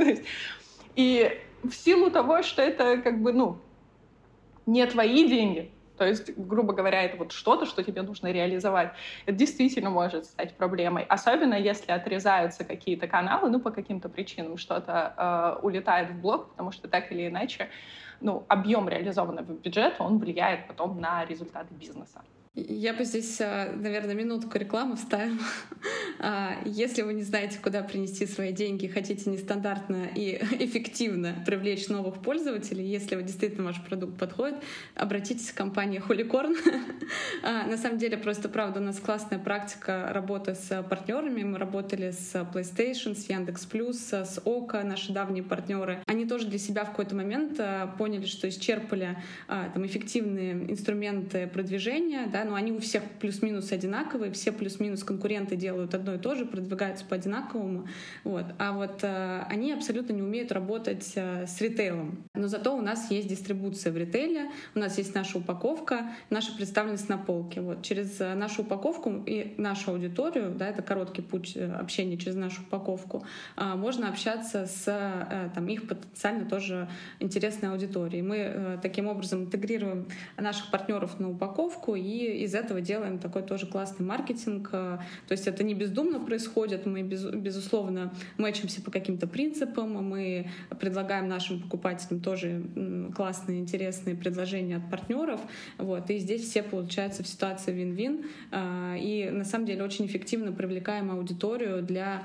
И в силу того, что это как бы, ну, не твои деньги, то есть, грубо говоря, это вот что-то, что тебе нужно реализовать. Это действительно может стать проблемой. Особенно если отрезаются какие-то каналы, ну, по каким-то причинам что-то э, улетает в блок, потому что так или иначе, ну, объем реализованного бюджета, он влияет потом на результаты бизнеса. Я бы здесь, наверное, минутку рекламы вставила. Если вы не знаете, куда принести свои деньги, хотите нестандартно и эффективно привлечь новых пользователей, если вы действительно ваш продукт подходит, обратитесь к компании Holycorn. На самом деле, просто правда, у нас классная практика работы с партнерами. Мы работали с PlayStation, с Яндекс.Плюс, с Ока, наши давние партнеры. Они тоже для себя в какой-то момент поняли, что исчерпали там эффективные инструменты продвижения, да, да, но они у всех плюс-минус одинаковые, все плюс-минус конкуренты делают одно и то же, продвигаются по одинаковому, вот. А вот э, они абсолютно не умеют работать э, с ритейлом. Но зато у нас есть дистрибуция в ритейле, у нас есть наша упаковка, наша представленность на полке. Вот. Через э, нашу упаковку и нашу аудиторию, да, это короткий путь общения через нашу упаковку, э, можно общаться с э, там, их потенциально тоже интересной аудиторией. Мы э, таким образом интегрируем наших партнеров на упаковку и из этого делаем такой тоже классный маркетинг. То есть это не бездумно происходит, мы без, безусловно мэчимся по каким-то принципам, мы предлагаем нашим покупателям тоже классные, интересные предложения от партнеров. Вот. И здесь все получается в ситуации вин-вин. И на самом деле очень эффективно привлекаем аудиторию для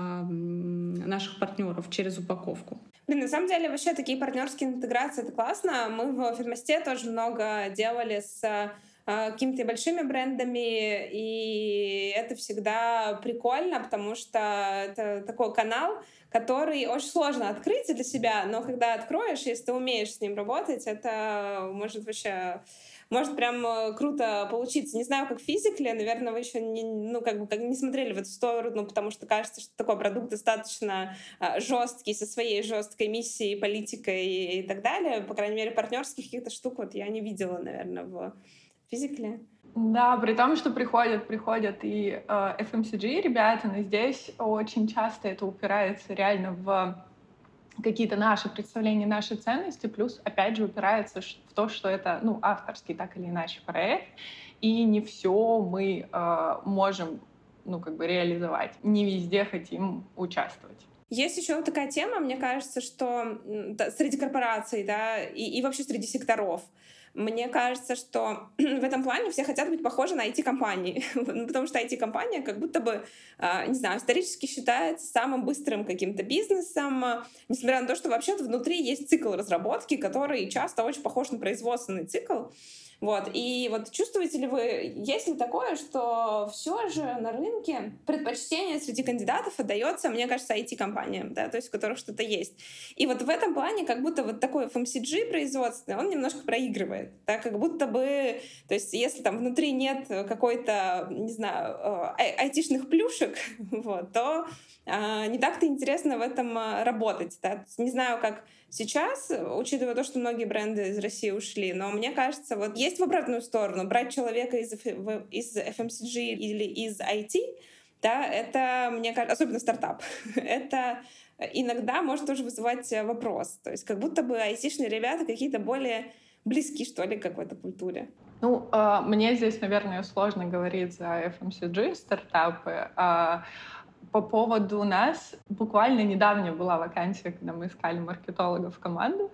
наших партнеров через упаковку. Блин, на самом деле вообще такие партнерские интеграции — это классно. Мы в Фермосте тоже много делали с э, какими-то большими брендами, и это всегда прикольно, потому что это такой канал, который очень сложно открыть для себя, но когда откроешь, если ты умеешь с ним работать, это может вообще... Может прям круто получиться. Не знаю, как в физикле, наверное, вы еще не, ну, как бы, как не смотрели в эту сторону, потому что кажется, что такой продукт достаточно а, жесткий, со своей жесткой миссией, политикой и, и так далее. По крайней мере, партнерских каких-то штук вот я не видела, наверное, в физикле. Да, при том, что приходят, приходят и э, эф эм си джи ребята, но здесь очень часто это упирается реально в какие-то наши представления, наши ценности, плюс, опять же, упирается в то, что это, ну, авторский, так или иначе, проект, и не все мы э, можем, ну, как бы реализовать, не везде хотим участвовать. Есть еще такая тема, мне кажется, что да, среди корпораций, да, и, и вообще среди секторов, мне кажется, что в этом плане все хотят быть похожи на ай ти-компании, потому что ай ти-компания как будто бы, не знаю, исторически считается самым быстрым каким-то бизнесом, несмотря на то, что вообще-то внутри есть цикл разработки, который часто очень похож на производственный цикл. Вот. И вот чувствуете ли вы, есть ли такое, что все же на рынке предпочтение среди кандидатов отдается, мне кажется, ай ти-компаниям, да, то есть у которых что-то есть. И вот в этом плане как будто вот такой эф эм си джи производственный, он немножко проигрывает, да, как будто бы, то есть если там внутри нет какой-то, не знаю, айтишных плюшек, вот, то а, не так-то интересно в этом работать, да. Не знаю, как сейчас, учитывая то, что многие бренды из России ушли, но мне кажется, вот есть в обратную сторону. Брать человека из, из эф эм си джи или из ай ти, да, это, мне кажется, особенно стартап, это иногда может тоже вызывать вопрос. То есть как будто бы айтишные ребята какие-то более близки, что ли, к какой-то культуре. Ну, э, мне здесь, наверное, сложно говорить за эф эм си джи стартапы. Э, По поводу нас, буквально недавно была вакансия, когда мы искали маркетологов в команду,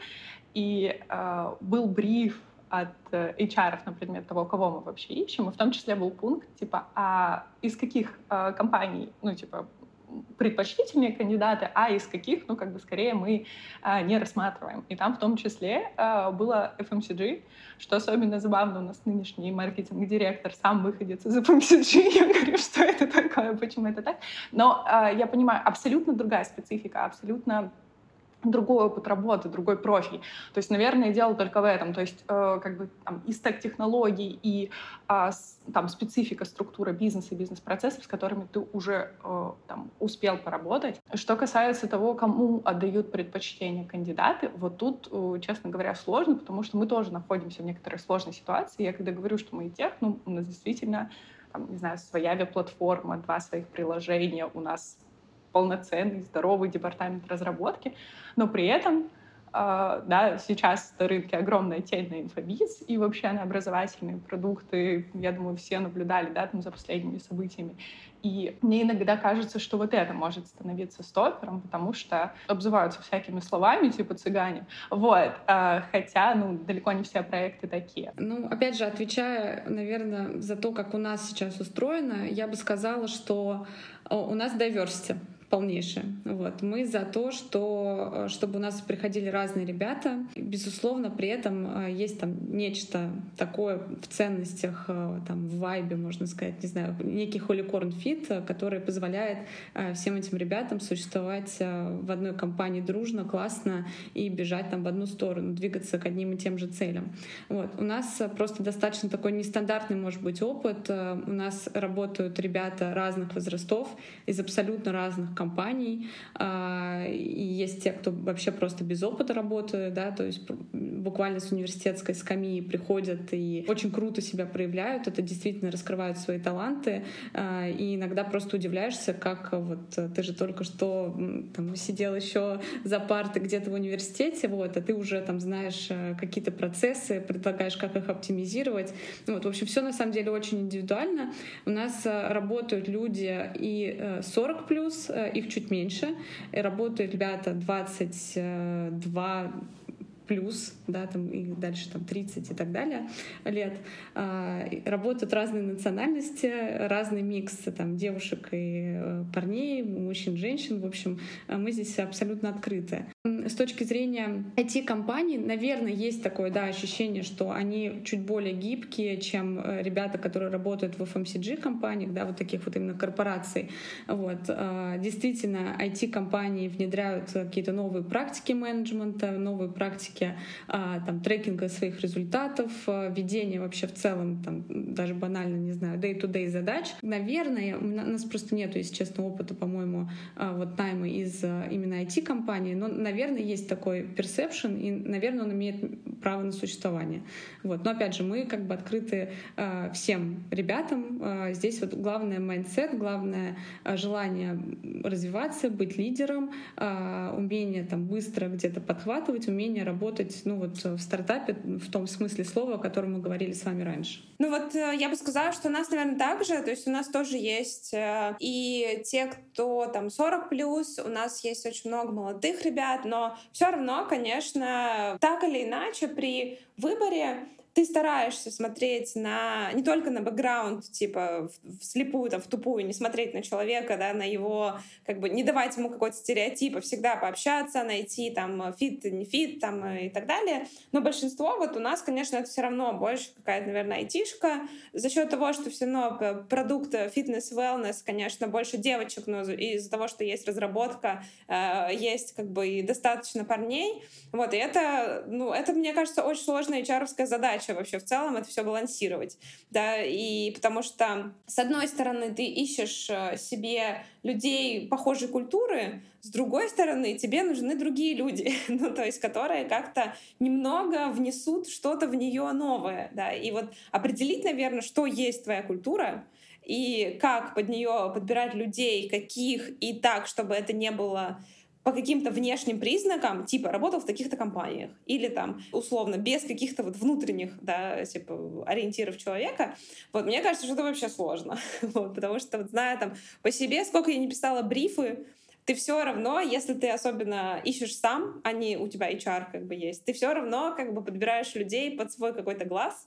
и э, был бриф от э, эйч ар на предмет того, кого мы вообще ищем, и в том числе был пункт, типа, а из каких э, компаний, ну, типа, предпочтительнее кандидаты, а из каких, ну, как бы, скорее мы а, не рассматриваем. И там в том числе а, было эф эм си джи, что особенно забавно, у нас нынешний маркетинг-директор сам выходец из эф эм си джи, я говорю, что это такое, почему это так. Но а, я понимаю, абсолютно другая специфика, абсолютно другой опыт работы, другой профиль. То есть, наверное, дело только в этом. То есть, э, как бы там и стек технологий, и э, с, там специфика, структура бизнеса и бизнес-процессов, с которыми ты уже э, там успел поработать. Что касается того, кому отдают предпочтение кандидаты, вот тут, э, честно говоря, сложно, потому что мы тоже находимся в некоторой сложной ситуации. Я когда говорю, что мы тех, ну, у нас действительно, там, не знаю, своя веб-платформа, два своих приложения, у нас полноценный, здоровый департамент разработки, но при этом, э, да, сейчас на рынке огромная тень на инфобиз и вообще на образовательные продукты, я думаю, все наблюдали, да, там, за последними событиями. И мне иногда кажется, что вот это может становиться стоппером, потому что обзываются всякими словами, типа цыгане. Вот. Э, хотя, ну, далеко не все проекты такие. Ну, опять же, отвечая, наверное, за то, как у нас сейчас устроено, я бы сказала, что у нас diversity полнейшее. Вот. Мы за то, что, чтобы у нас приходили разные ребята. Безусловно, при этом есть там нечто такое в ценностях, там, в вайбе, можно сказать, не знаю, некий холикорн фит, который позволяет всем этим ребятам существовать в одной компании дружно, классно и бежать там в одну сторону, двигаться к одним и тем же целям. Вот. У нас просто достаточно такой нестандартный, может быть, опыт. У нас работают ребята разных возрастов из абсолютно разных компаний. И есть те, кто вообще просто без опыта работает, да, то есть буквально с университетской скамьи приходят и очень круто себя проявляют. Это действительно раскрывают свои таланты. И иногда просто удивляешься, как вот ты же только что там сидел еще за партой где-то в университете, вот, а ты уже там знаешь какие-то процессы, предлагаешь, как их оптимизировать. Вот, в общем, все на самом деле очень индивидуально. У нас работают люди и сорок плюс, их чуть меньше. И работают ребята двадцать два плюс, да, там и дальше там тридцать и так далее лет. А, работают разные национальности, разный микс там девушек и парней, мужчин, женщин. В общем, мы здесь абсолютно открыты. С точки зрения ай ти-компаний, наверное, есть такое, да, ощущение, что они чуть более гибкие, чем ребята, которые работают в эф эм си джи-компаниях, да, вот таких вот именно корпораций. Вот. Действительно, ай ти-компании внедряют какие-то новые практики менеджмента, новые практики там, трекинга своих результатов, ведения вообще в целом, там, даже банально, не знаю, day-to-day задач. Наверное, у нас просто нету, если честно, опыта, по-моему, вот найма из именно ай ти-компании, но, наверное, есть такой perception, и, наверное, он имеет право на существование. Вот. Но, опять же, мы как бы открыты э, всем ребятам. Э, здесь вот главное mindset, главное э, желание развиваться, быть лидером, э, умение там быстро где-то подхватывать, умение работать, ну вот в стартапе в том смысле слова, о котором мы говорили с вами раньше. Ну вот я бы сказала, что у нас, наверное, так же, то есть у нас тоже есть э, и те, кто там сорок плюс, у нас есть очень много молодых ребят, но все равно, конечно, так или иначе при выборе ты стараешься смотреть на не только на бэкграунд, типа вслепую, там, в тупую, не смотреть на человека, да, на его, как бы, не давать ему какой-то стереотип, а всегда пообщаться, найти там фит, не фит, там, и так далее. Но большинство вот у нас, конечно, это все равно больше какая-то, наверное, айтишка. За счет того, что все равно продукт фитнес-велнес, конечно, больше девочек, но из-за того, что есть разработка, есть как бы и достаточно парней. Вот, и это, ну, это, мне кажется, очень сложная эйч ар-овская задача вообще в целом это все балансировать, да, и потому что с одной стороны ты ищешь себе людей похожей культуры, с другой стороны тебе нужны другие люди, ну то есть которые как-то немного внесут что-то в нее новое, да, и вот определить, наверное, что есть твоя культура и как под нее подбирать людей, каких, и так, чтобы это не было по каким-то внешним признакам, типа работал в таких-то компаниях, или там, условно, без каких-то вот внутренних, да, типа, ориентиров человека, вот, мне кажется, что это вообще сложно. Вот, потому что, вот, зная там по себе, сколько я не писала брифы, ты все равно, если ты особенно ищешь сам, а не у тебя эйч ар как бы есть, ты все равно как бы подбираешь людей под свой какой-то глаз,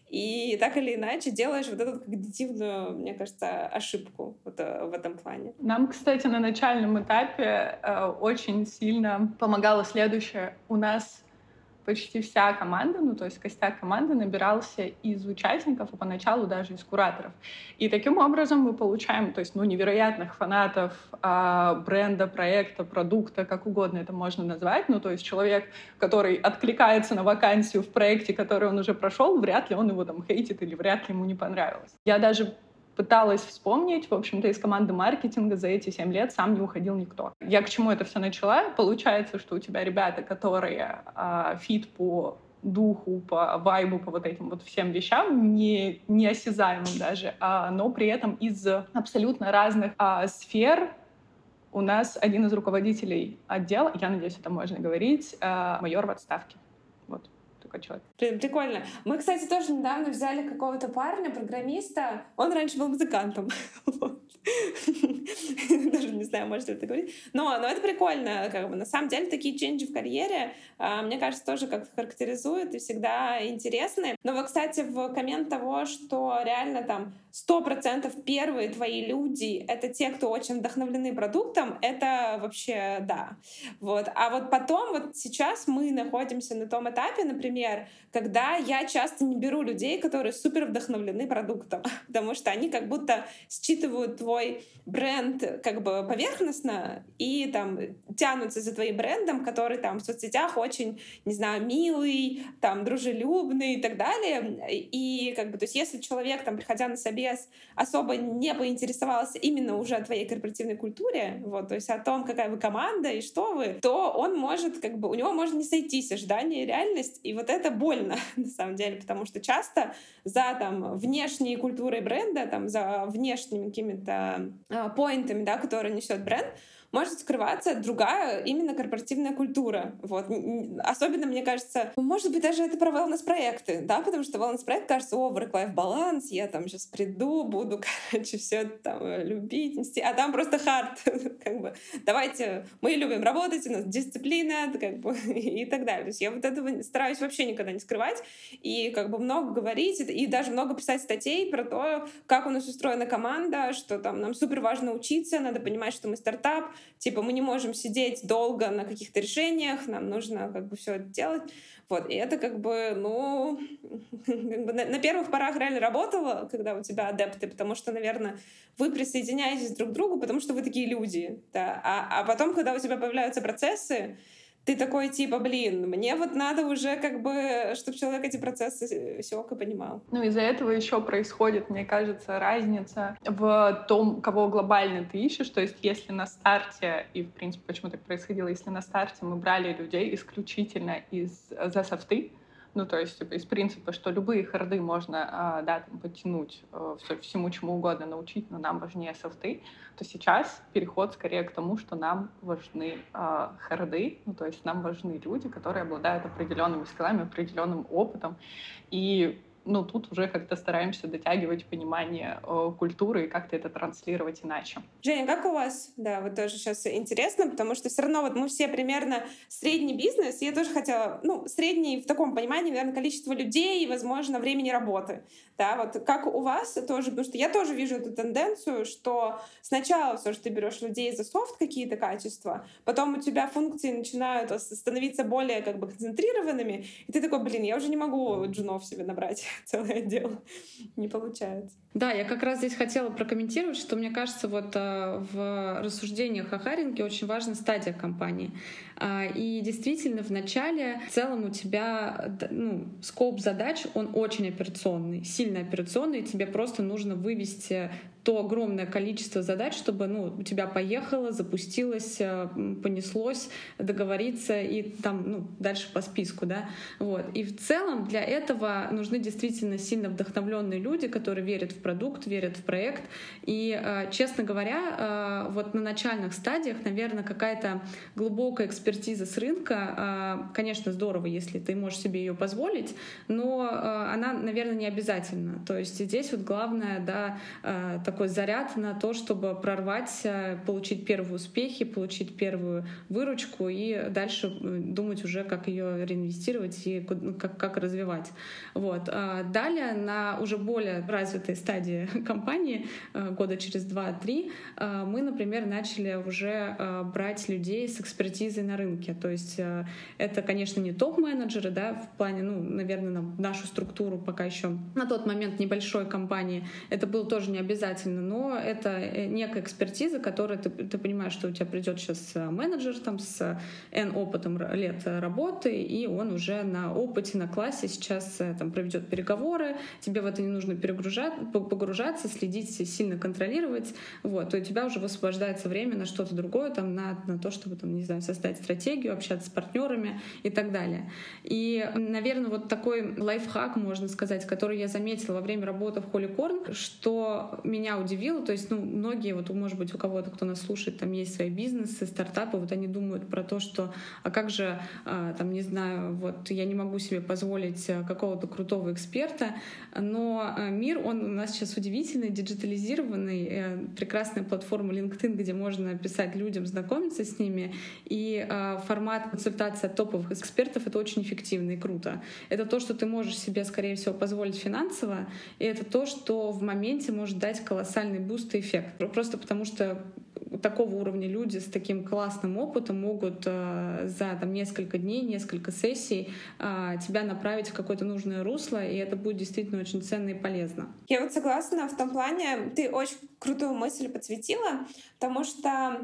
и так или иначе делаешь вот эту когнитивную, мне кажется, ошибку вот в этом плане. Нам, кстати, на начальном этапе э, очень сильно помогало следующее. У нас почти вся команда, ну то есть костяк команды набирался из участников, а поначалу даже из кураторов. И таким образом мы получаем, то есть, ну, невероятных фанатов э, бренда, проекта, продукта, как угодно это можно назвать. Ну то есть человек, который откликается на вакансию в проекте, который он уже прошел, вряд ли он его там хейтит или вряд ли ему не понравилось. Я даже пыталась вспомнить, в общем-то, из команды маркетинга за эти семь лет сам не уходил никто. Я к чему это все начала? Получается, что у тебя ребята, которые э, фит по духу, по вайбу, по вот этим вот всем вещам, не, неосязаемым даже, а, но при этом из абсолютно разных а, сфер. У нас один из руководителей отдела, я надеюсь, это можно говорить, а, майор в отставке. Вот. такой человек. Прикольно. Мы, кстати, тоже недавно взяли какого-то парня, программиста. Он раньше был музыкантом. Даже не знаю, может ли это говорить. Но, но это прикольно. Как бы, на самом деле такие ченджи в карьере, мне кажется, тоже как-то характеризуют и всегда интересны. Но вот, кстати, в коммент того, что реально там сто процентов первые твои люди — это те, кто очень вдохновлены продуктом, это вообще да. Вот. А вот потом, вот сейчас мы находимся на том этапе, например, когда я часто не беру людей, которые супер вдохновлены продуктом, потому что они как будто считывают твой бренд как бы поверхностно и там тянутся за твоим брендом, который там в соцсетях очень, не знаю, милый, там дружелюбный и так далее. И как бы, то есть если человек там, приходя на собес, особо не поинтересовался именно уже о твоей корпоративной культуре, вот, то есть о том, какая вы команда и что вы, то он может, как бы, у него может не сойтись ожидание и реальность, и вот это больно, на самом деле, потому что часто за там внешней культурой бренда, там, за внешними какими-то э, поинтами, да, которые несет бренд, может скрываться другая именно корпоративная культура. Вот. Особенно, мне кажется, может быть, даже это про wellness-проекты, да, потому что wellness-проект кажется, о, work-life баланс, я там сейчас приду, буду, короче, все это там любить, нести, а там просто хард, как бы, давайте, мы любим работать, у нас дисциплина, как бы, и так далее. То есть я вот этого стараюсь вообще никогда не скрывать, и как бы много говорить, и даже много писать статей про то, как у нас устроена команда, что там нам супер важно учиться, надо понимать, что мы стартап, типа мы не можем сидеть долго на каких-то решениях, нам нужно как бы все это делать. Вот. И это как бы, ну, как бы на, на первых порах реально работало, когда у тебя адепты, потому что, наверное, вы присоединяетесь друг к другу, потому что вы такие люди. Да? А, а потом, когда у тебя появляются процессы, ты такой типа, блин, мне вот надо уже как бы, чтобы человек эти процессы сёк и понимал. Ну, из-за этого еще происходит, мне кажется, разница в том, кого глобально ты ищешь. То есть если на старте, и в принципе почему так происходило, если на старте мы брали людей исключительно из, за софты, ну, то есть типа, из принципа, что любые харды можно да, там, подтянуть, все, всему чему угодно научить, но нам важнее софты, то сейчас переход скорее к тому, что нам важны э, харды, ну, то есть нам важны люди, которые обладают определенными скиллами, определенным опытом. И ну, тут уже как-то стараемся дотягивать понимание э, культуры и как-то это транслировать иначе. Женя, как у вас? Да, вот тоже сейчас интересно, потому что все равно вот мы все примерно средний бизнес, и я тоже хотела, ну, средний в таком понимании, наверное, количество людей и, возможно, времени работы. Да, вот как у вас тоже, потому что я тоже вижу эту тенденцию, что сначала все, что ты берешь людей за софт какие-то качества, потом у тебя функции начинают становиться более как бы концентрированными, и ты такой, блин, я уже не могу джунов себе набрать целое отдел. Не получается. Да, я как раз здесь хотела прокомментировать, что мне кажется, вот в рассуждениях о хайринге очень важна стадия компании. И действительно, в начале в целом у тебя ну, скоп задач, он очень операционный, сильно операционный, и тебе просто нужно вывести то огромное количество задач, чтобы ну, у тебя поехало, запустилось, понеслось, договориться и там ну, дальше по списку. Да? Вот. И в целом для этого нужны действительно сильно вдохновленные люди, которые верят в продукт, верят в проект. И, честно говоря, вот на начальных стадиях, наверное, какая-то глубокая экспертиза с рынка, конечно, здорово, если ты можешь себе ее позволить, но она, наверное, не обязательна. То есть здесь вот главное, да, такой заряд на то, чтобы прорвать, получить первые успехи, получить первую выручку и дальше думать уже, как ее реинвестировать и как, как развивать. Вот. Далее на уже более развитой стадии компании, года через два-три, мы, например, начали уже брать людей с экспертизой на рынке. То есть это, конечно, не топ-менеджеры, да, в плане, ну, наверное, на нашу структуру пока еще на тот момент небольшой компании это было тоже не обязательно, но это некая экспертиза, которая ты, ты понимаешь, что у тебя придет сейчас менеджер там с N опытом лет работы, и он уже на опыте, на классе сейчас там проведет переговоры, тебе в это не нужно перегружать, погружаться, следить, сильно контролировать, вот, то у тебя уже высвобождается время на что-то другое, там, на, на то, чтобы, там, не знаю, создать стратегию, общаться с партнерами и так далее. И, наверное, вот такой лайфхак, можно сказать, который я заметила во время работы в HolyCorn, что меня удивило, то есть, ну, многие, вот, может быть, у кого-то, кто нас слушает, там есть свои бизнесы, стартапы, вот они думают про то, что, а как же, там, не знаю, вот я не могу себе позволить какого-то крутого эксперта, но мир, он у нас сейчас удивительный, диджитализированный, прекрасная платформа LinkedIn, где можно писать людям, знакомиться с ними, и формат консультации от топовых экспертов — это очень эффективно и круто. Это то, что ты можешь себе, скорее всего, позволить финансово, и это то, что в моменте может дать колоссальный буст и эффект. Просто потому что такого уровня люди с таким классным опытом могут э, за там, несколько дней, несколько сессий э, тебя направить в какое-то нужное русло, и это будет действительно очень ценно и полезно. Я вот согласна в том плане, ты очень крутую мысль подсветила, потому что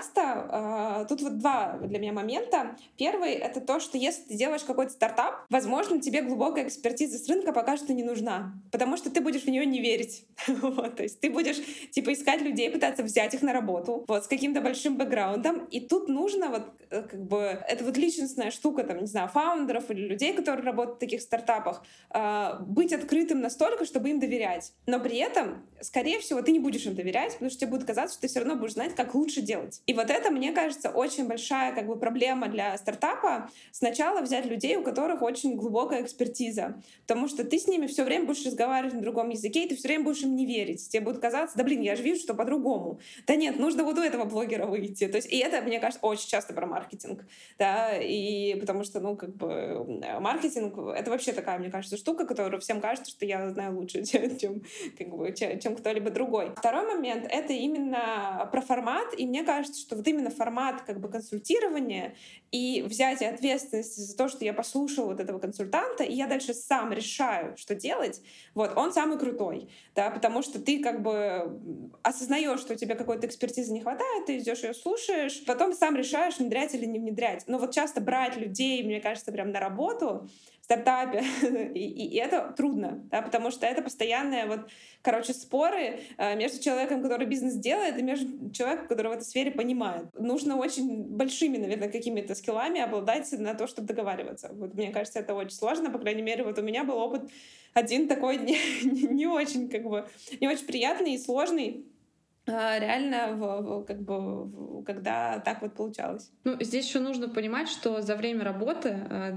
часто э, тут вот два для меня момента. Первый — это то, что если ты делаешь какой-то стартап, возможно, тебе глубокая экспертиза с рынка пока что не нужна, потому что ты будешь в нее не верить. Вот, то есть ты будешь типа искать людей, пытаться взять их на работу, вот, с каким-то большим бэкграундом, и тут нужно вот как бы, это вот личностная штука, там, не знаю, фаундеров или людей, которые работают в таких стартапах, э, быть открытым настолько, чтобы им доверять. Но при этом, скорее всего, ты не будешь им доверять, потому что тебе будет казаться, что ты все равно будешь знать, как лучше делать. И вот это, мне кажется, очень большая как бы проблема для стартапа. Сначала взять людей, у которых очень глубокая экспертиза, потому что ты с ними все время будешь разговаривать на другом языке, и ты все время будешь им не верить. Тебе будет казаться, да блин, я же вижу, что по-другому. Да нет, нужно вот у этого блогера выйти. То есть, и это, мне кажется, очень часто про маркетинг. Да, и потому что, ну, как бы, маркетинг — это вообще такая, мне кажется, штука, которую всем кажется, что я знаю лучше, чем, чем, как бы, чем, чем кто-либо другой. Второй момент — это именно про формат, и мне кажется, что вот именно формат как бы консультирования и взятие ответственности за то, что я послушала вот этого консультанта, и я дальше сам решаю, что делать, вот, он самый крутой, да, потому что ты как бы осознаешь, что у тебя какой-то экспертизы не хватает, ты идешь ее слушаешь, потом сам решаешь, внедрять или не внедрять. Но вот часто брать людей, мне кажется, прям на работу в стартапе, и, и это трудно, да, потому что это постоянные вот, короче, споры между человеком, который бизнес делает, и между человеком, который в этой сфере понимает. Нужно очень большими, наверное, какими-то скиллами обладать на то, чтобы договариваться. Вот мне кажется, это очень сложно, по крайней мере, вот у меня был опыт один такой не, не очень, как бы, не очень приятный и сложный, реально, в, в, как бы, в, когда так вот получалось. Ну, здесь еще нужно понимать, что за время работы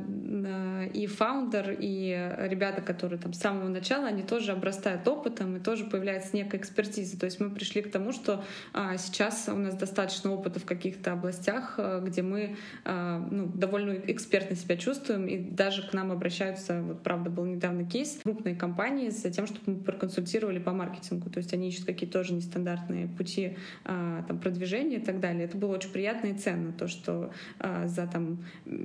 э, и фаундер, и ребята, которые там с самого начала, они тоже обрастают опытом, и тоже появляется некая экспертиза. То есть мы пришли к тому, что э, сейчас у нас достаточно опыта в каких-то областях, э, где мы э, ну, довольно экспертно себя чувствуем, и даже к нам обращаются, вот правда был недавно кейс, крупные компании за тем, чтобы мы проконсультировали по маркетингу. То есть они ищут какие-то тоже нестандартные пути а, там, продвижения и так далее. Это было очень приятно и ценно, то, что а, за там,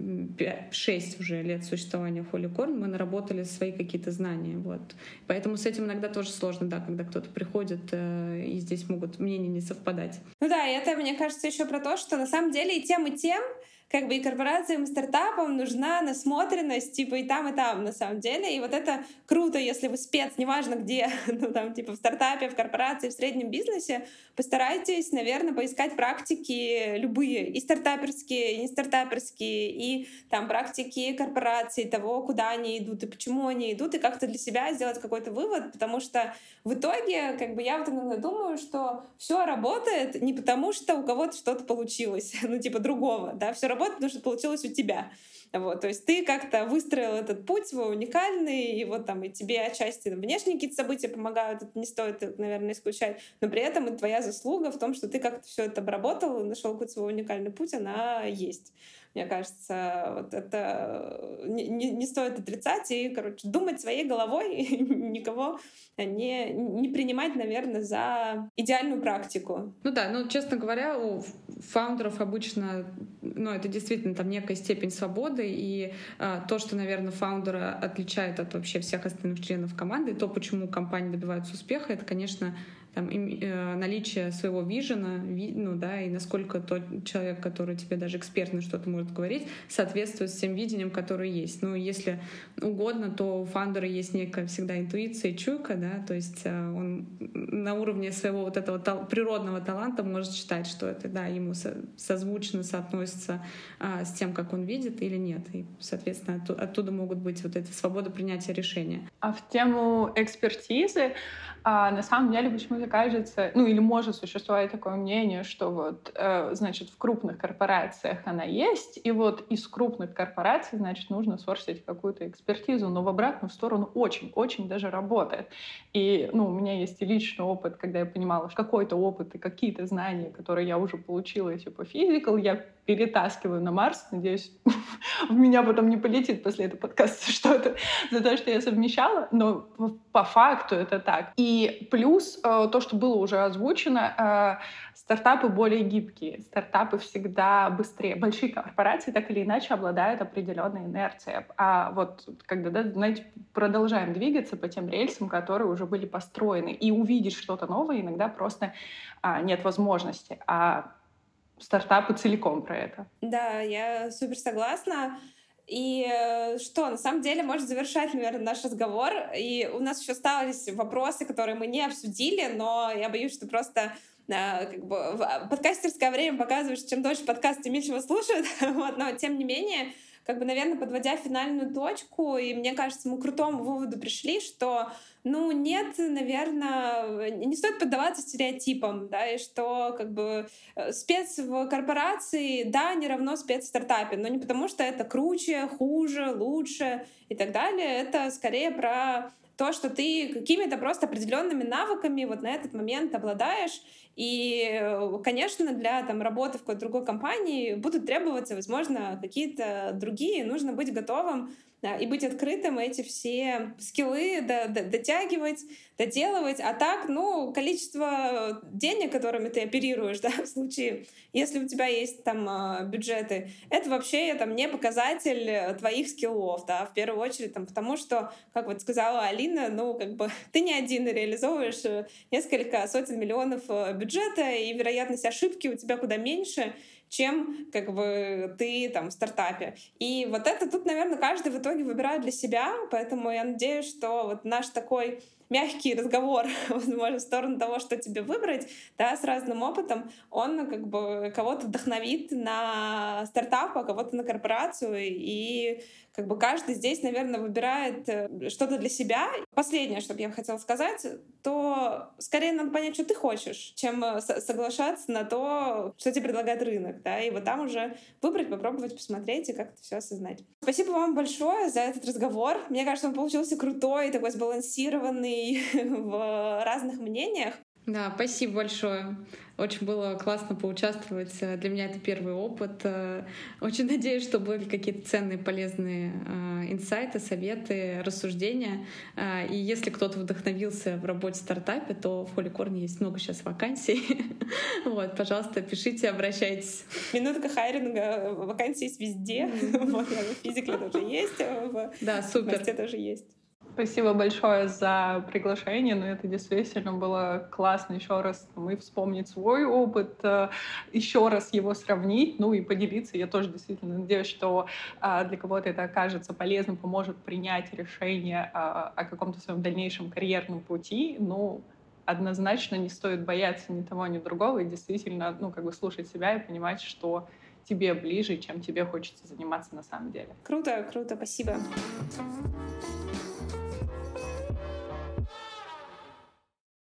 шесть уже лет существования HolyCorn мы наработали свои какие-то знания. Вот. Поэтому с этим иногда тоже сложно, да, когда кто-то приходит, а, и здесь могут мнения не совпадать. Ну да, и это, мне кажется, еще про то, что на самом деле и тем, и тем как бы и корпорациям, и стартапам нужна насмотренность, типа, и там, и там, на самом деле. И вот это круто, если вы спец, неважно где, ну, там, типа, в стартапе, в корпорации, в среднем бизнесе, постарайтесь, наверное, поискать практики любые, и стартаперские, и не стартаперские, и там практики корпораций, того, куда они идут, и почему они идут, и как-то для себя сделать какой-то вывод, потому что в итоге, как бы, я вот иногда думаю, что все работает не потому, что у кого-то что-то получилось, ну, типа, другого, да, все работает, потому что получилось у тебя. Вот, то есть ты как-то выстроил этот путь свой уникальный, и вот там и тебе отчасти внешние какие-то события помогают, это не стоит, наверное, исключать, но при этом и твоя заслуга в том, что ты как-то все это обработал, нашел какой-то свой уникальный путь, она есть. Мне кажется, вот это не, не, не стоит отрицать и, короче, думать своей головой, никого не, не принимать, наверное, за идеальную практику. Ну да, ну, честно говоря, у фаундеров обычно, ну, это действительно там некая степень свободы, и а, то, что, наверное, фаундера отличает от вообще всех остальных членов команды, и то, почему компании добиваются успеха, это, конечно, там, э, наличие своего вижена, ви, ну, да, и насколько тот человек, который тебе даже экспертно что-то может говорить, соответствует с тем видением, которое есть. Ну, если угодно, то у фаундера есть некая всегда интуиция и чуйка, да, то есть э, он на уровне своего вот этого тал- природного таланта может считать, что это, да, ему со- созвучно, соотносится э, с тем, как он видит или нет. И, соответственно, оттуда, оттуда могут быть вот эти свободы принятия решения. А в тему экспертизы, а, на самом деле, почему-то кажется, ну или может существовать такое мнение, что вот, э, значит, в крупных корпорациях она есть, и вот из крупных корпораций, значит, нужно сорсить какую-то экспертизу, но в обратную сторону очень-очень даже работает. И, ну, у меня есть и личный опыт, когда я понимала, что какой-то опыт и какие-то знания, которые я уже получила, типа физикал, я перетаскиваю на Марс. Надеюсь, в меня потом не полетит после этого подкаста что-то за то, что я совмещала, но по факту это так. И плюс э, то, что было уже озвучено, э, стартапы более гибкие, стартапы всегда быстрее. Большие корпорации так или иначе обладают определенной инерцией. А вот когда, да, знаете, продолжаем двигаться по тем рельсам, которые уже были построены, и увидеть что-то новое иногда просто а, нет возможности. А стартапы целиком про это. Да, я супер согласна. И что, на самом деле, может завершать, наверное, наш разговор. И у нас еще остались вопросы, которые мы не обсудили, но я боюсь, что просто как бы подкастерское время показывает, что чем дольше подкаст, тем меньше его слушают. Вот, но тем не менее, как бы, наверное, подводя финальную точку, и мне кажется, мы к крутому выводу пришли, что, ну, нет, наверное, не стоит поддаваться стереотипам, да, и что, как бы, спец в корпорации, да, не равно спец в стартапе, но не потому, что это круче, хуже, лучше и так далее, это скорее про то, что ты какими-то просто определенными навыками вот на этот момент обладаешь. И, конечно, для там, работы в какой-то другой компании будут требоваться, возможно, какие-то другие. Нужно быть готовым и быть открытым, эти все скиллы дотягивать, доделывать. А так, ну, количество денег, которыми ты оперируешь, да, в случае, если у тебя есть там бюджеты, это вообще там не показатель твоих скиллов, да, в первую очередь, там, потому что, как вот сказала Алина, ну, как бы ты не один реализовываешь несколько сотен миллионов бюджета, и вероятность ошибки у тебя куда меньше, чем как бы ты там в стартапе. И вот это тут, наверное, каждый в итоге выбирает для себя, поэтому я надеюсь, что вот наш такой мягкий разговор, возможно, в сторону того, что тебе выбрать, да, с разным опытом, он как бы кого-то вдохновит на стартап, а кого-то на корпорацию, и как бы каждый здесь, наверное, выбирает что-то для себя. Последнее, что я хотела сказать, то скорее надо понять, что ты хочешь, чем соглашаться на то, что тебе предлагает рынок, да, и вот там уже выбрать, попробовать, посмотреть и как-то все осознать. Спасибо вам большое за этот разговор. Мне кажется, он получился крутой, такой сбалансированный в разных мнениях. Да, спасибо большое. Очень было классно поучаствовать. Для меня это первый опыт. Очень надеюсь, что были какие-то ценные, полезные инсайты, советы, рассуждения. И если кто-то вдохновился в работе в стартапе, то в HolyCorn есть много сейчас вакансий. Вот, пожалуйста, пишите, обращайтесь. Минутка хайринга, вакансии есть везде. Вот, в физике тоже есть, да, супер. в тоже есть. Спасибо большое за приглашение, но это действительно было классно еще раз ну, и вспомнить свой опыт, еще раз его сравнить, ну и поделиться. Я тоже действительно надеюсь, что для кого-то это окажется полезным, поможет принять решение о каком-то своем дальнейшем карьерном пути. Ну, однозначно не стоит бояться ни того, ни другого и действительно, ну, как бы слушать себя и понимать, что тебе ближе, чем тебе хочется заниматься на самом деле. Круто, круто, спасибо.